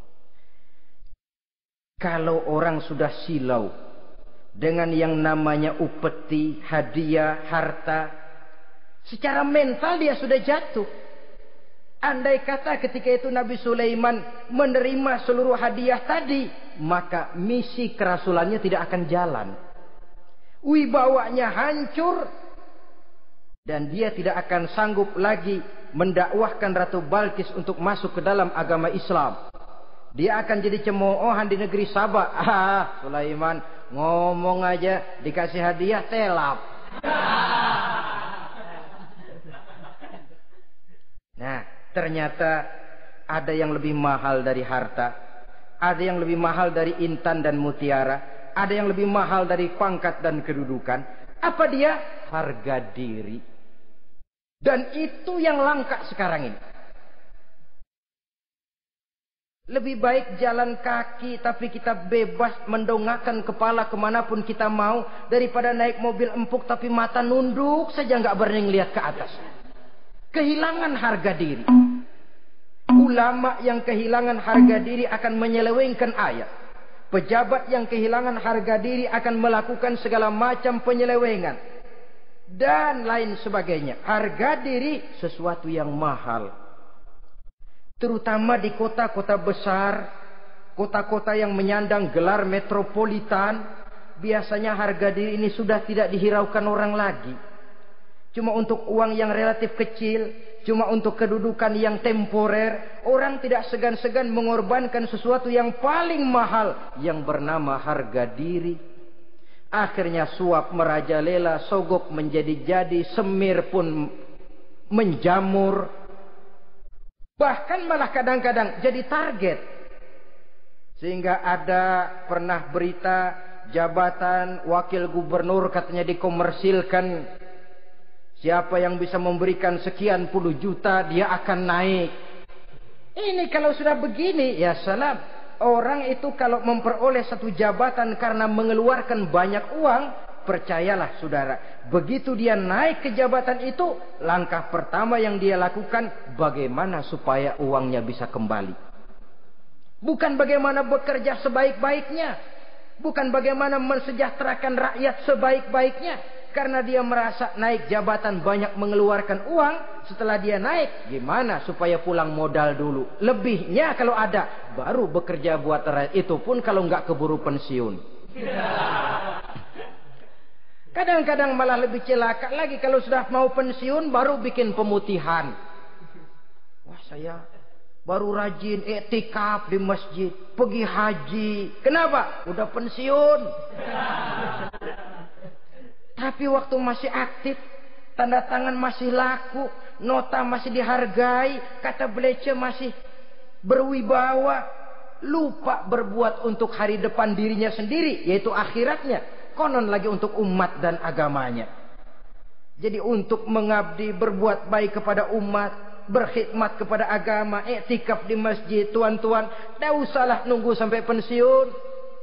Kalau orang sudah silau dengan yang namanya upeti, hadiah, harta, secara mental dia sudah jatuh. Andai kata ketika itu Nabi Sulaiman menerima seluruh hadiah tadi, maka misi kerasulannya tidak akan jalan. Wibawanya hancur dan dia tidak akan sanggup lagi mendakwahkan Ratu Balkis untuk masuk ke dalam agama Islam. Dia akan jadi cemoohan di negeri Sabah. Ah, Sulaiman ngomong aja dikasih hadiah telap. Nah, ternyata ada yang lebih mahal dari harta, ada yang lebih mahal dari intan dan mutiara, ada yang lebih mahal dari pangkat dan kedudukan. Apa dia? Harga diri. Dan itu yang langka sekarang ini. Lebih baik jalan kaki tapi kita bebas mendongakkan kepala kemanapun kita mau, daripada naik mobil empuk tapi mata nunduk saja nggak berani lihat ke atas. Kehilangan harga diri. Ulama yang kehilangan harga diri akan menyelewengkan ayat. Pejabat yang kehilangan harga diri akan melakukan segala macam penyelewengan dan lain sebagainya. Harga diri sesuatu yang mahal, terutama di kota-kota besar, kota-kota yang menyandang gelar metropolitan. Biasanya harga diri ini sudah tidak dihiraukan orang lagi. Cuma untuk uang yang relatif kecil, cuma untuk kedudukan yang temporer, orang tidak segan-segan mengorbankan sesuatu yang paling mahal yang bernama harga diri. Akhirnya suap merajalela, sogok menjadi-jadi, semir pun menjamur. Bahkan malah kadang-kadang jadi target. Sehingga ada pernah berita jabatan wakil gubernur katanya dikomersilkan. Siapa yang bisa memberikan sekian puluh juta dia akan naik. Ini kalau sudah begini ya salam. Orang itu kalau memperoleh satu jabatan karena mengeluarkan banyak uang, percayalah saudara, begitu dia naik ke jabatan itu, langkah pertama yang dia lakukan bagaimana supaya uangnya bisa kembali. Bukan bagaimana bekerja sebaik-baiknya, bukan bagaimana mensejahterakan rakyat sebaik-baiknya. Karena dia merasa naik jabatan banyak mengeluarkan uang, setelah dia naik, gimana supaya pulang modal dulu. Lebihnya kalau ada, baru bekerja buat rakyat. Itu pun kalau nggak keburu pensiun. Kadang-kadang malah lebih celaka lagi, kalau sudah mau pensiun baru bikin pemutihan. Wah, saya baru rajin iktikaf di masjid, pergi haji. Kenapa? Udah pensiun. Tapi waktu masih aktif, tanda tangan masih laku, nota masih dihargai, kata belece masih berwibawa, lupa berbuat untuk hari depan dirinya sendiri, yaitu akhiratnya, konon lagi untuk umat dan agamanya. Jadi untuk mengabdi, berbuat baik kepada umat, berkhidmat kepada agama, iktikaf di masjid, tuan-tuan, tak usahlah nunggu sampai pensiun.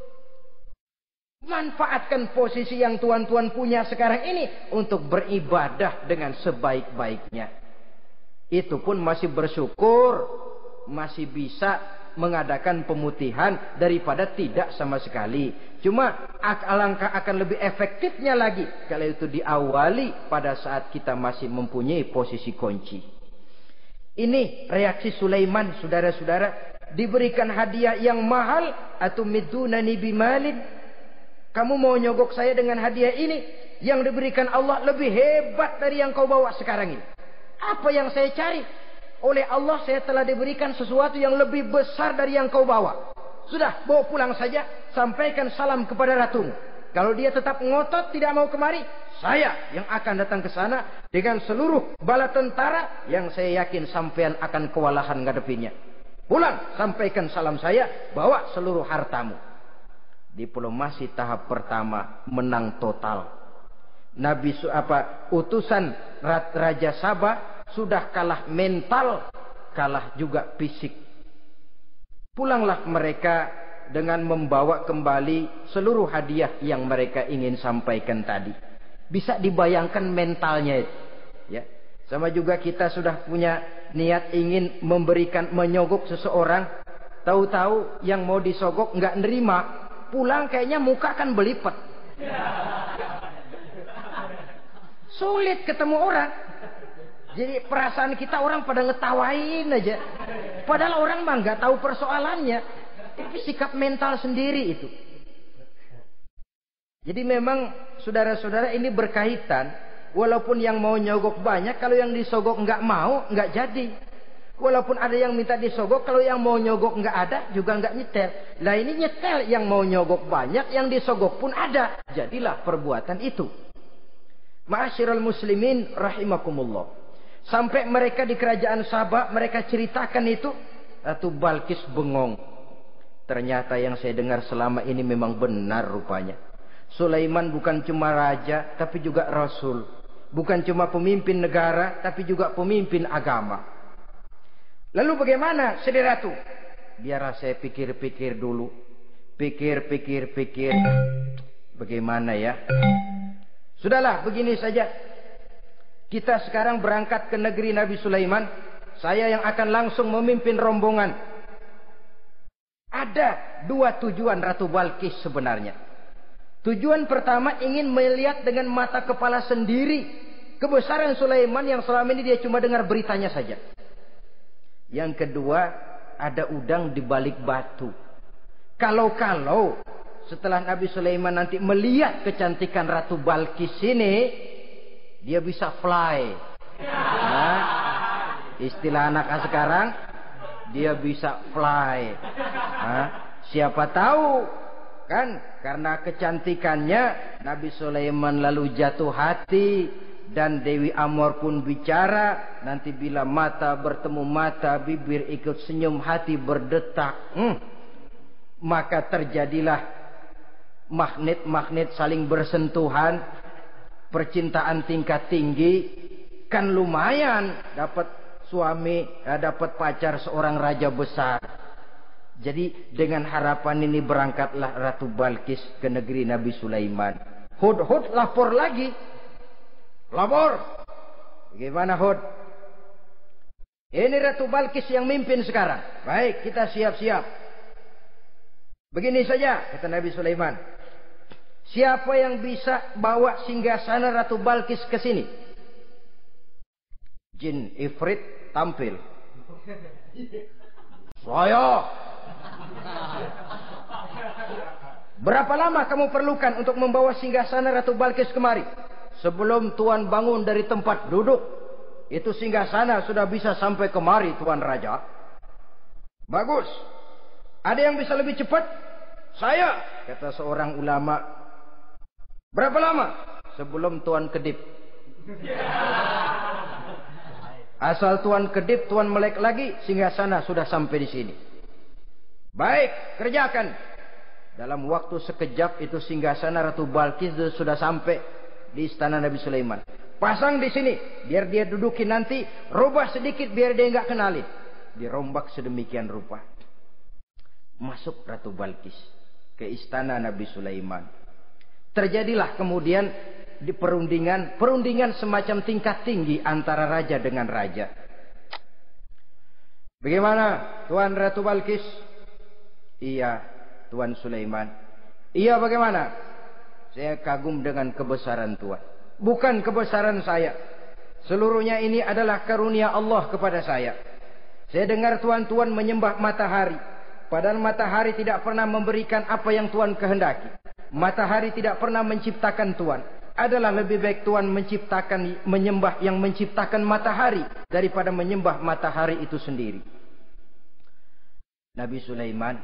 Manfaatkan posisi yang tuan-tuan punya sekarang ini untuk beribadah dengan sebaik-baiknya. Itu pun masih bersyukur, masih bisa mengadakan pemutihan daripada tidak sama sekali. Cuma alangkah akan lebih efektifnya lagi kalau itu diawali pada saat kita masih mempunyai posisi kunci. Ini reaksi Sulaiman, saudara-saudara. Diberikan hadiah yang mahal, atau midunani bimalin. Kamu mau nyogok saya dengan hadiah ini? Yang diberikan Allah lebih hebat dari yang kau bawa sekarang ini. Apa yang saya cari? Oleh Allah saya telah diberikan sesuatu yang lebih besar dari yang kau bawa. Sudah, bawa pulang saja. Sampaikan salam kepada ratumu. Kalau dia tetap ngotot tidak mau kemari, saya yang akan datang ke sana dengan seluruh bala tentara yang saya yakin sampean akan kewalahan ngadepinnya. Pulang, sampaikan salam saya, bawa seluruh hartamu. Diplomasi tahap pertama menang total. Nabi apa utusan Raja Sabah sudah kalah mental, kalah juga fisik. Pulanglah mereka dengan membawa kembali seluruh hadiah yang mereka ingin sampaikan tadi. Bisa dibayangkan mentalnya itu, ya. Sama juga kita sudah punya niat ingin memberikan, menyogok seseorang, tahu-tahu yang mau disogok nggak nerima. Pulang kayaknya muka kan belipet. Sulit ketemu orang. Jadi perasaan kita orang pada ngetawain aja. Padahal orang mah nggak tahu persoalannya. Tapi sikap mental sendiri itu. Jadi memang saudara-saudara ini berkaitan. Walaupun yang mau nyogok banyak, kalau yang disogok nggak mau, nggak jadi. Walaupun ada yang minta disogok, kalau yang mau nyogok nggak ada, juga nggak nyetel. Lah ini nyetel, yang mau nyogok banyak, yang disogok pun ada. Jadilah perbuatan itu. Ma'asyiral muslimin rahimakumullah. Sampai mereka di kerajaan Sabah, mereka ceritakan itu, Ratu Balkis bengong. Ternyata yang saya dengar selama ini memang benar rupanya. Sulaiman bukan cuma raja, tapi juga rasul. Bukan cuma pemimpin negara, tapi juga pemimpin agama. Lalu bagaimana, saudara ratu? biarlah saya pikir-pikir dulu. Pikir-pikir-pikir. Bagaimana ya? Sudahlah, begini saja. Kita sekarang berangkat ke negeri Nabi Sulaiman. Saya yang akan langsung memimpin rombongan. Ada dua tujuan Ratu Balkis sebenarnya. Tujuan pertama ingin melihat dengan mata kepala sendiri kebesaran Sulaiman yang selama ini dia cuma dengar beritanya saja. Yang kedua, ada udang di balik batu. Kalau-kalau setelah Nabi Sulaiman nanti melihat kecantikan Ratu Balkis ini, dia bisa fly. Nah, istilah anak sekarang, dia bisa fly. Nah, siapa tahu kan karena kecantikannya Nabi Sulaiman lalu jatuh hati. Dan Dewi Amor pun bicara. Nanti bila mata bertemu mata, bibir ikut senyum, hati berdetak. Hmm. Maka terjadilah magnet-magnet saling bersentuhan. Percintaan tingkat tinggi. Kan lumayan dapat suami, dapat pacar seorang raja besar. Jadi dengan harapan ini berangkatlah Ratu Balkis ke negeri Nabi Sulaiman. Hud-Hud lapor lagi. Lapor. Bagaimana Hud? Ini Ratu Balkis yang mimpin sekarang. Baik, kita siap-siap. Begini saja, kata Nabi Sulaiman. Siapa yang bisa bawa singgasana Ratu Balkis ke sini? Jin Ifrit tampil. Saya. Berapa lama kamu perlukan untuk membawa singgasana Ratu Balkis kemari? Sebelum Tuan bangun dari tempat duduk, itu singgasana sudah bisa sampai kemari, Tuan Raja. Bagus. Ada yang bisa lebih cepat? Saya, kata seorang ulama. Berapa lama? Sebelum Tuan kedip. Asal Tuan kedip, Tuan melek lagi, singgasana sudah sampai di sini. Baik, kerjakan. Dalam waktu sekejap itu singgasana Ratu Balkis sudah sampai di istana Nabi Sulaiman. Pasang di sini, biar dia dudukin nanti. Rubah sedikit biar dia nggak kenalin. Dirombak sedemikian rupa. Masuk Ratu Balkis ke istana Nabi Sulaiman. Terjadilah kemudian di perundingan, perundingan semacam tingkat tinggi antara raja dengan raja. Bagaimana Tuan Ratu Balkis? Iya, Tuan Sulaiman. Iya, bagaimana? Saya kagum dengan kebesaran Tuhan. Bukan kebesaran saya. Seluruhnya ini adalah karunia Allah kepada saya. Saya dengar Tuhan-Tuhan menyembah matahari. Padahal matahari tidak pernah memberikan apa yang Tuhan kehendaki. Matahari tidak pernah menciptakan Tuhan. Adalah lebih baik Tuhan menciptakan, menyembah yang menciptakan matahari daripada menyembah matahari itu sendiri. Nabi Sulaiman,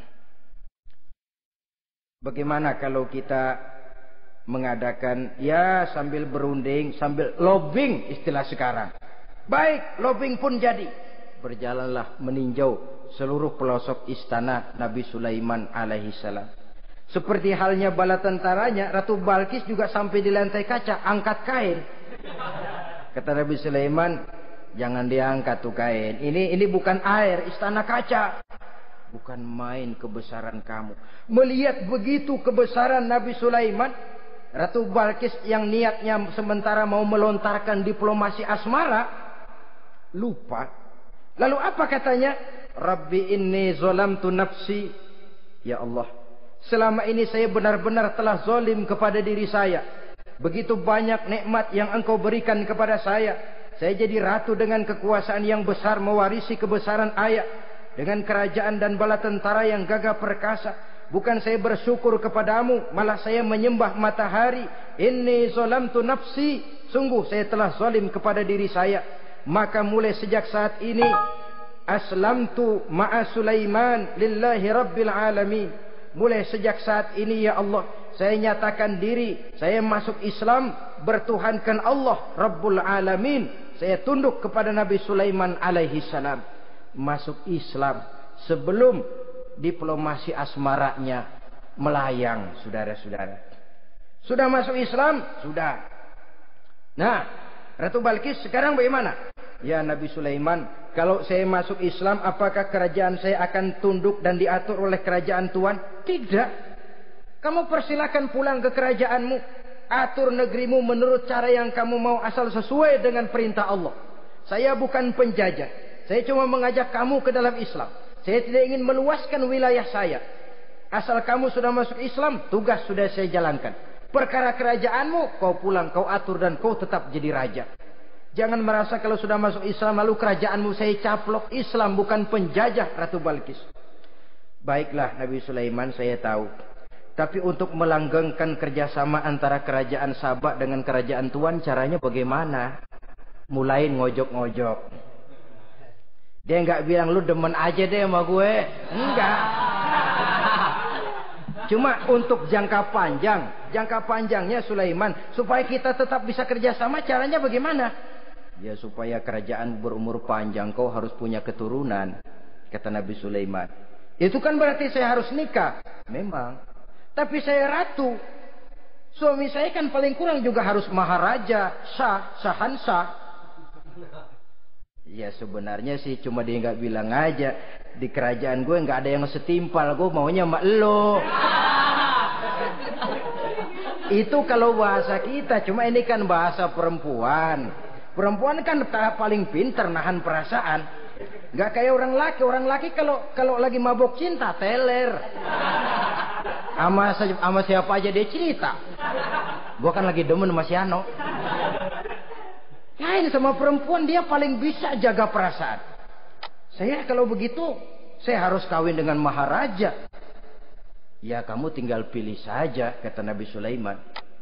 bagaimana kalau kita mengadakan ya sambil berunding, sambil lobbying istilah sekarang. Baik, lobbying pun jadi. Berjalanlah meninjau seluruh pelosok istana Nabi Sulaiman alaihi salam. Seperti halnya bala tentaranya, Ratu Balkis juga sampai di lantai kaca, angkat kain. Kata Nabi Sulaiman, jangan diangkat tuh kain. Ini ini bukan air, istana kaca. Bukan main kebesaran kamu. Melihat begitu kebesaran Nabi Sulaiman, Ratu Balkis yang niatnya sementara mau melontarkan diplomasi asmara, lupa. Lalu apa katanya? Rabbi inni zolamtu nafsi. Ya Allah, selama ini saya benar-benar telah zolim kepada diri saya. Begitu banyak nikmat yang engkau berikan kepada saya. Saya jadi ratu dengan kekuasaan yang besar, mewarisi kebesaran ayah. Dengan kerajaan dan bala tentara yang gagah perkasa. Bukan saya bersyukur kepadamu, malah saya menyembah matahari. Inni zolamtu nafsi. Sungguh saya telah zalim kepada diri saya. Maka mulai sejak saat ini, aslamtu ma'a Sulaiman lillahi rabbil alamin. Mulai sejak saat ini ya Allah, saya nyatakan diri, saya masuk Islam, bertuhankan Allah Rabbul Alamin. Saya tunduk kepada Nabi Sulaiman alaihi salam. Masuk Islam sebelum diplomasi asmaranya melayang, saudara-saudara. Sudah masuk Islam? Sudah. Nah, Ratu Balkis sekarang bagaimana? Ya Nabi Sulaiman, Kalau saya masuk Islam, apakah kerajaan saya akan tunduk dan diatur oleh kerajaan Tuhan? Tidak. Kamu persilakan pulang ke kerajaanmu. Atur negerimu menurut cara yang kamu mau, asal sesuai dengan perintah Allah. Saya bukan penjajah. Saya cuma mengajak kamu ke dalam Islam. Saya tidak ingin meluaskan wilayah saya. Asal kamu sudah masuk Islam, tugas sudah saya jalankan. Perkara kerajaanmu, kau pulang, kau atur, dan kau tetap jadi raja. Jangan merasa kalau sudah masuk Islam lalu kerajaanmu saya caplok. Islam bukan penjajah, Ratu Balkis. Baiklah Nabi Sulaiman, saya tahu. Tapi untuk melanggengkan kerjasama antara kerajaan Sabak dengan kerajaan Tuhan, caranya bagaimana? Mulain ngojok-ngojok. Dia nggak bilang lu demen aja deh sama gue. Enggak. Cuma untuk jangka panjang. Jangka panjangnya Sulaiman, supaya kita tetap bisa kerjasama, caranya bagaimana? Ya supaya kerajaan berumur panjang, kau harus punya keturunan, kata Nabi Sulaiman. Itu kan berarti saya harus nikah. Memang. Tapi saya ratu. Suami saya kan paling kurang juga harus maharaja, sah, sahansah. Ya sebenarnya sih cuma dia nggak bilang aja. Di kerajaan gue nggak ada yang setimpal. Gue maunya sama elo. Itu kalau bahasa kita. Cuma ini kan bahasa perempuan. Perempuan kan paling pintar nahan perasaan. Nggak kayak orang laki. Orang laki kalau kalau lagi mabok cinta teler. Sama, sama siapa aja dia cerita. Gue kan lagi demen sama si Ano. Lain sama perempuan, dia paling bisa jaga perasaan. Saya kalau begitu, saya harus kawin dengan maharaja. Ya kamu tinggal pilih saja, kata Nabi Sulaiman.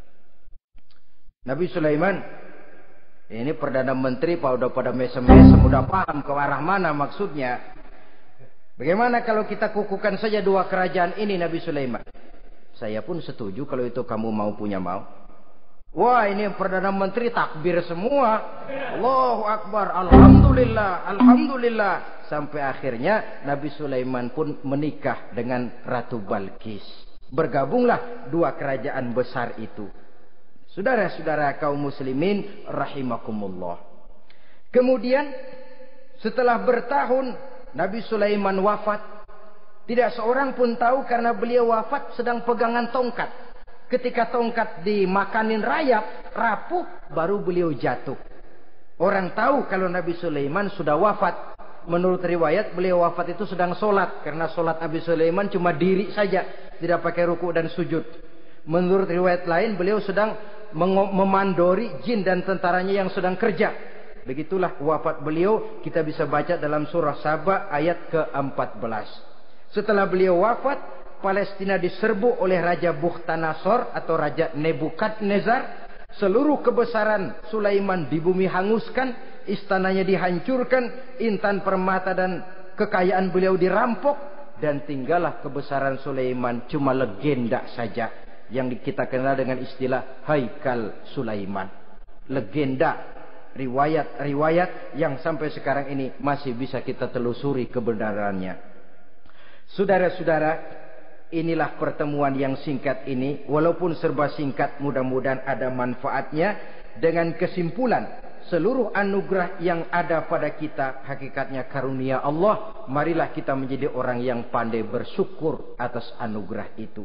Nabi Sulaiman, ini Perdana Menteri pak udah pada mesem-mesem, udah paham ke arah mana maksudnya. Bagaimana kalau kita kukuhkan saja dua kerajaan ini, Nabi Sulaiman? Saya pun setuju kalau itu kamu mau punya mau. Wah ini Perdana Menteri takbir semua. Allahu Akbar, Alhamdulillah, Alhamdulillah. Sampai akhirnya Nabi Sulaiman pun menikah dengan Ratu Balkis. Bergabunglah dua kerajaan besar itu. Saudara-saudara kaum muslimin rahimakumullah. Kemudian setelah bertahun Nabi Sulaiman wafat. Tidak seorang pun tahu karena beliau wafat sedang pegangan tongkat. Ketika tongkat dimakanin rayap, rapuh, baru beliau jatuh. Orang tahu kalau Nabi Sulaiman sudah wafat. Menurut riwayat beliau wafat itu sedang sholat. Karena sholat Nabi Sulaiman cuma diri saja. Tidak pakai ruku dan sujud. Menurut riwayat lain beliau sedang memandori jin dan tentaranya yang sedang kerja. Begitulah wafat beliau. Kita bisa baca dalam surah Saba ayat ke empat belas. Setelah beliau wafat, Palestina diserbu oleh Raja Bukhtanasor atau Raja Nebukadnezar. Seluruh kebesaran Sulaiman di bumi hanguskan, istananya dihancurkan, intan permata dan kekayaan beliau dirampok, dan tinggallah kebesaran Sulaiman cuma legenda saja yang kita kenal dengan istilah Haikal Sulaiman. Legenda, riwayat-riwayat yang sampai sekarang ini masih bisa kita telusuri kebenarannya. Saudara-saudara, inilah pertemuan yang singkat ini. Walaupun serba singkat, mudah-mudahan ada manfaatnya. Dengan kesimpulan, seluruh anugerah yang ada pada kita hakikatnya karunia Allah. Marilah kita menjadi orang yang pandai bersyukur atas anugerah itu.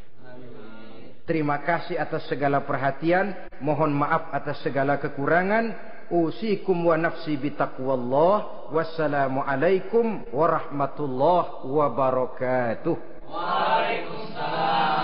Terima kasih atas segala perhatian. Mohon maaf atas segala kekurangan. Usikum wa nafsi bitaqwallah. Wassalamualaikum warahmatullahi wabarakatuh. Waalaikumsalam.